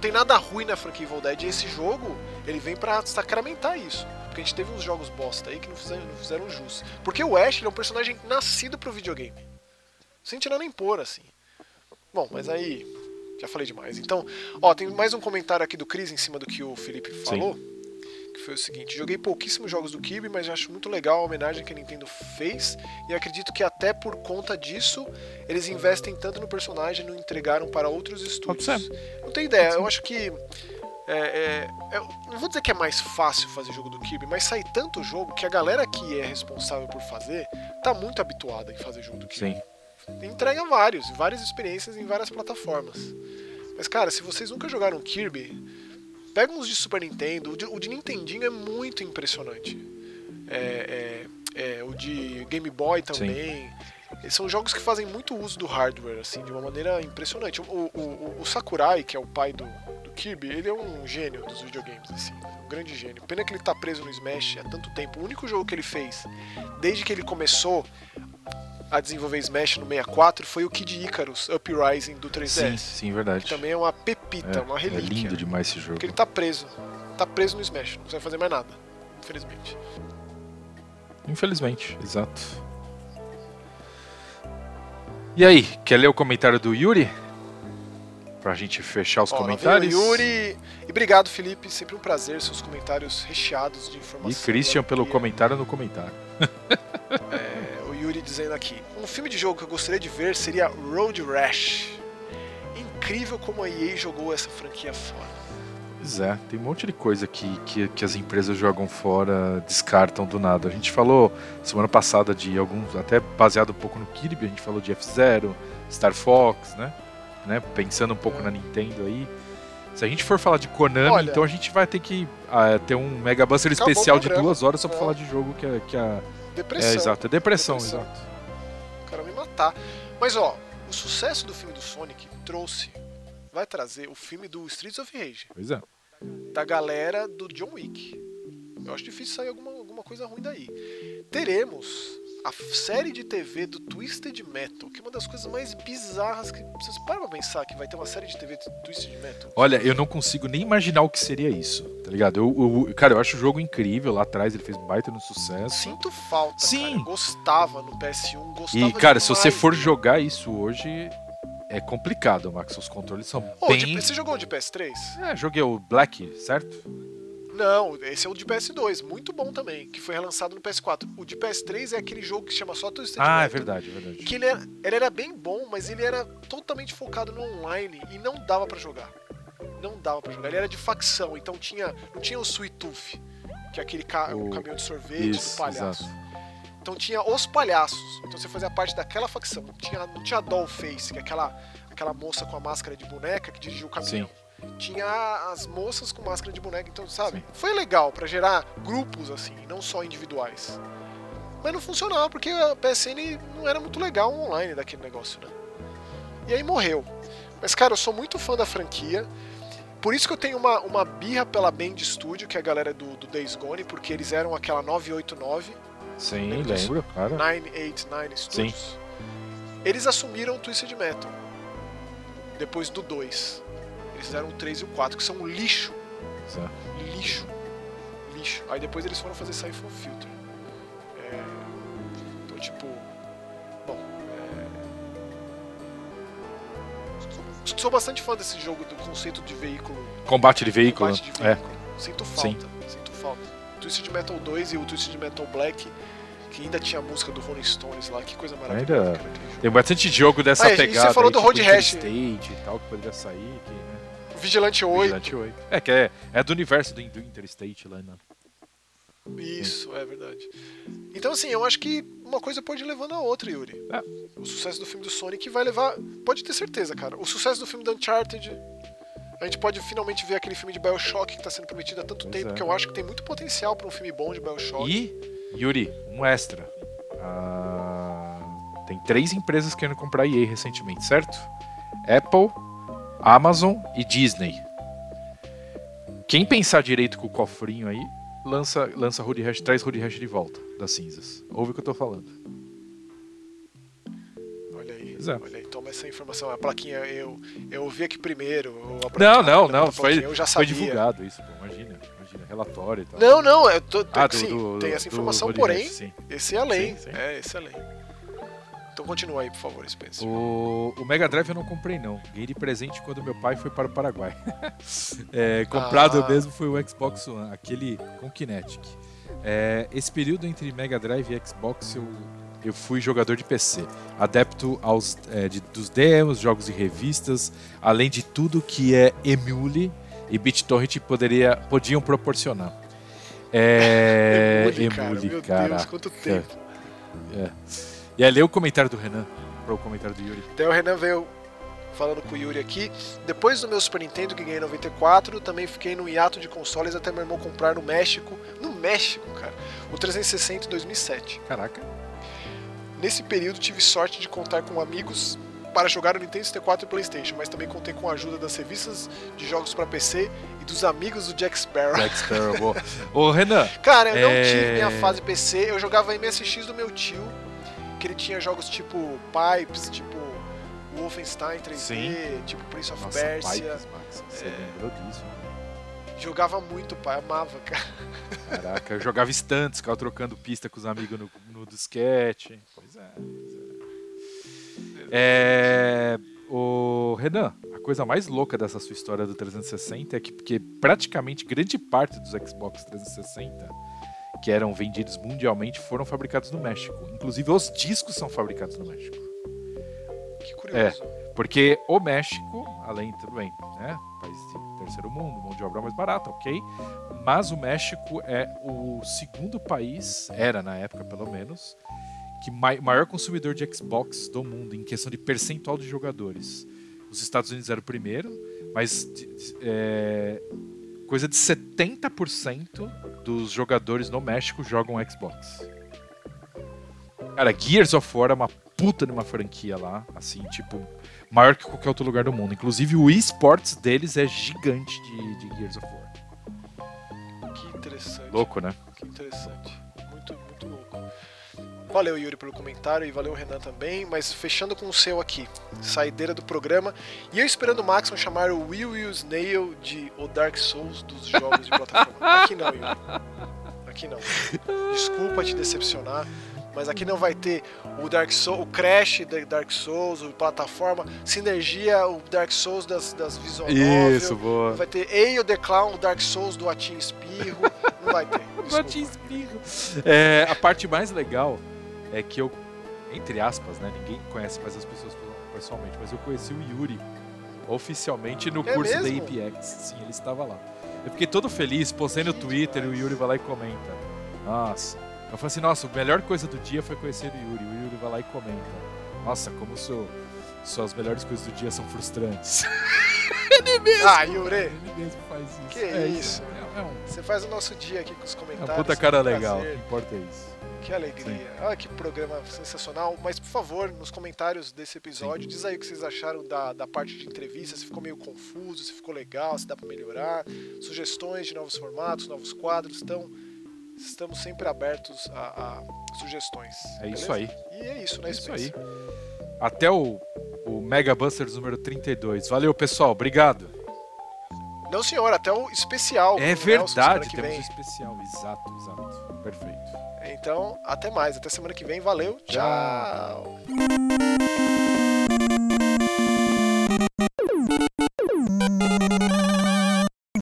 tem nada ruim na franquia Evil Dead, e esse jogo, ele vem pra sacramentar isso. Porque a gente teve uns jogos bosta aí que não fizeram, não fizeram jus. Porque o Ash ele é um personagem nascido pro videogame. Sem tirar nem pôr, assim. Bom, mas aí... Já falei demais. Então, ó, tem mais um comentário aqui do Chris em cima do que o Felipe falou. Sim. Que foi o seguinte: joguei pouquíssimos jogos do Kirby, mas acho muito legal a homenagem que a Nintendo fez. E acredito que até por conta disso, eles investem tanto no personagem e não entregaram para outros estúdios. Não tenho ideia. Eu acho que... É, é, eu não vou dizer que é mais fácil fazer jogo do Kirby, mas sai tanto jogo que a galera que é responsável por fazer tá muito habituada em fazer jogo do Kirby. Sim. Entrega vários, várias experiências em várias plataformas. Mas cara, se vocês nunca jogaram Kirby, pega uns de Super Nintendo. O de, o de Nintendinho é muito impressionante. É, é, é, o de Game Boy também. Sim. São jogos que fazem muito uso do hardware, assim, de uma maneira impressionante. O, o, o, o Sakurai, que é o pai do, do Kirby, ele é um gênio dos videogames, assim, um grande gênio. Pena que ele tá preso no Smash há tanto tempo. O único jogo que ele fez, desde que ele começou a desenvolver Smash no sessenta e quatro, foi o Kid Icarus Uprising do três D S. Sim, sim, verdade. Que também é uma pepita, é, uma relíquia. É lindo demais esse jogo. Porque ele tá preso. Tá preso no Smash, não consegue fazer mais nada, infelizmente. Infelizmente, exato. E aí, quer ler o comentário do Yuri? Pra gente fechar os Ó, comentários. Yuri. E obrigado, Felipe. Sempre um prazer, seus comentários recheados de informação. E Christian pelo comentário no comentário. É, o Yuri dizendo aqui: um filme de jogo que eu gostaria de ver seria Road Rash. Incrível como a E A jogou essa franquia fora. Pois é, tem um monte de coisa que, que, que as empresas jogam fora, descartam do nada. A gente falou semana passada de alguns, até baseado um pouco no Kirby, a gente falou de F-Zero, Star Fox, né? né? Pensando um pouco é. na Nintendo aí. Se a gente for falar de Konami, Olha, então a gente vai ter que uh, ter um Mega Buster especial de duas horas só pra é. falar de jogo que, que a... Depressão. É, exato, é depressão, depressão. exato. O cara me matar. Mas ó, o sucesso do filme do Sonic trouxe, vai trazer o filme do Streets of Rage. Pois é. Da galera do John Wick. Eu acho difícil sair alguma, alguma coisa ruim daí. Teremos a série de T V do Twisted Metal, que é uma das coisas mais bizarras que vocês param pra pensar que vai ter uma série de T V do Twisted Metal. Olha, eu não consigo nem imaginar o que seria isso, tá ligado? Eu, eu, cara, eu acho o jogo incrível, lá atrás ele fez um baita no sucesso. Sinto falta, Sim. cara. Eu gostava no P S um, gostava E, cara, demais, se você for né? jogar isso hoje, é complicado, Max. Os controles são oh, bem... de, você jogou de P S três? É, joguei o Black, certo? Não, esse é o de P S dois, muito bom também, que foi relançado no P S quatro. O de P S três é aquele jogo que se chama só Twisted Metal. Ah, é verdade, é verdade. Que ele era, ele era bem bom, mas ele era totalmente focado no online e não dava pra jogar. Não dava pra jogar. Ele era de facção, então tinha, não tinha o Sweet Tooth, que é aquele ca o... o caminhão de sorvete Isso, do palhaço. Exato. Então tinha os palhaços. Então você fazia parte daquela facção. Tinha, não tinha a Dollface, que é aquela, aquela moça com a máscara de boneca que dirigia o caminhão. Sim. Tinha as moças com máscara de boneca, então, sabe? Sim. Foi legal pra gerar grupos, assim, não só individuais. Mas não funcionava, porque a P S N não era muito legal online daquele negócio, né? E aí morreu. Mas, cara, eu sou muito fã da franquia. Por isso que eu tenho uma, uma birra pela Band Studio, que é a galera do, do Days Gone, porque eles eram aquela nove oito nove. Sim, lembro, cara. nove oito nove Studios. Sim. Eles assumiram o Twisted Metal. Depois do dois. Eles fizeram o três e o quatro, que são um lixo. Certo. Lixo. Lixo. Aí depois eles foram fazer Siphon Filter. É... Então, tipo... Bom... É... Sou bastante fã desse jogo, do conceito de veículo... Combate de veículo. Combate de veículo. É. Sinto falta. Sim. Sinto falta. Twisted Metal dois e o Twisted Metal Black... Que ainda tinha a música do Rolling Stones lá, que coisa maravilhosa. Ainda... Tem bastante jogo dessa ah, pegada. Você falou aí, do Road tipo Rash. State e tal, que poderia sair. Que, né? Vigilante oito. Vigilante oito. É, que é, é do universo do, do Interstate lá, né? Isso, é verdade. Então, assim, eu acho que uma coisa pode ir levando a outra, Yuri. É. O sucesso do filme do Sonic vai levar... Pode ter certeza, cara. O sucesso do filme do Uncharted... A gente pode finalmente ver aquele filme de BioShock que está sendo prometido há tanto pois tempo, é. que eu acho que tem muito potencial para um filme bom de BioShock. E, Yuri, um extra. Ah, tem três empresas querendo comprar E A recentemente, certo? Apple, Amazon e Disney. Quem pensar direito com o cofrinho aí, lança, lança Road Rash, traz Road Rash de volta das cinzas. Ouve o que eu tô falando. Olha aí. Exato. Olha aí, toma essa informação. A plaquinha, eu, eu ouvi aqui primeiro. Não, não, não. Foi, eu já foi sabia. divulgado isso, pô. Imagina, imagina, relatório e tal. Não, não, eu tô, Ah, do, sim, do, tem essa informação, do porém, sim. esse é além. Sim, sim. É, esse é além. Então continua aí, por favor, Spencer. O, o Mega Drive eu não comprei, não. Ganhei de presente quando meu pai foi para o Paraguai. é, comprado Ah. mesmo foi o Xbox One, aquele com Kinetic. É, esse período entre Mega Drive e Xbox eu, eu fui jogador de P C, adepto aos, é, de, dos demos, jogos e revistas, além de tudo que é emule e BitTorrent poderia, podiam proporcionar. É, emule, cara, emule, meu caraca. Deus, quanto tempo. É. E aí lê o comentário do Renan para o comentário do Yuri. Daí o Renan veio falando com o Yuri aqui. Depois do meu Super Nintendo, que ganhei em noventa e quatro, também fiquei num hiato de consoles até meu irmão comprar no México. No México, cara. O trezentos e sessenta em dois mil e sete. Caraca. Nesse período tive sorte de contar com amigos para jogar o Nintendo sessenta e quatro e PlayStation, mas também contei com a ajuda das revistas de jogos para P C e dos amigos do Jack Sparrow. Jack Sparrow, boa. Ô, Renan. Cara, eu é... não tive minha fase P C, eu jogava M S X do meu tio, que ele tinha jogos tipo Pipes, tipo Wolfenstein três D, Sim. tipo Prince of Nossa, Persia. Pipes, Max, você é... lembrou disso? Jogava muito, pai, amava, cara. Caraca, eu jogava stunts, ficava trocando pista com os amigos no, no disquete. Pois é, pois é. É, o Renan, a coisa mais louca dessa sua história do trezentos e sessenta é que porque praticamente grande parte dos Xbox trezentos e sessenta que eram vendidos mundialmente foram fabricados no México. Inclusive os discos são fabricados no México. Que curioso. É, porque o México, além, tudo bem, né, país de terceiro mundo, mão de obra mais barata, ok, mas o México é o segundo país, era na época pelo menos, que mai- maior consumidor de Xbox do mundo em questão de percentual de jogadores. Os Estados Unidos era o primeiro, mas é, coisa de setenta por cento dos jogadores no México jogam Xbox. Cara, Gears of War é uma puta de uma franquia lá, assim, tipo, maior que qualquer outro lugar do mundo. Inclusive o eSports deles é gigante de, de Gears of War. Que interessante. Louco, né? Que interessante. Muito, muito louco. Valeu, Yuri, pelo comentário e valeu, Renan, também. Mas fechando com o seu aqui, saideira do programa. E eu esperando o Maxon chamar o Will Will Snail de O Dark Souls dos jogos de plataforma. Aqui não, Yuri. Aqui não. Desculpa te decepcionar, mas aqui não vai ter o Dark Souls, o Crash da Dark Souls, o plataforma, Sinergia, o Dark Souls das, das visual novel. Isso, boa. Não vai ter Eio The Clown, o Dark Souls do Atim Espirro. Não vai ter. Do Atim Espirro. É, a parte mais legal é que eu, entre aspas, né, ninguém conhece mais as pessoas pessoalmente, mas eu conheci o Yuri oficialmente no É curso mesmo? da A P X. Sim, ele estava lá. Eu fiquei todo feliz, postei no Twitter e o Yuri vai lá e comenta. Nossa. Eu falei assim, nossa, a melhor coisa do dia foi conhecer o Yuri. O Yuri vai lá e comenta. Nossa, como sou, só as melhores coisas do dia são frustrantes. Ele mesmo. Ah, Yuri. Ele mesmo faz isso. Que é isso. É, é um, Você faz o nosso dia aqui com os é comentários. uma puta cara é um legal. O prazer. que importa é isso. Que alegria. Olha que programa sensacional. Mas, por favor, nos comentários desse episódio, diz aí o que vocês acharam da, da parte de entrevista, se ficou meio confuso, se ficou legal, se dá pra melhorar. Sugestões de novos formatos, novos quadros. Então, estamos sempre abertos a, a sugestões. É isso beleza? aí. E é isso, né, É isso aí. Spencer? Até o, o Mega Busters número trinta e dois. Valeu, pessoal. Obrigado. Não, senhor, até o especial. É com o Nelson, semana verdade, que temos vem. um especial. Exato, exato. Perfeito. Então, até mais. Até semana que vem. Valeu. Tchau. Tchau.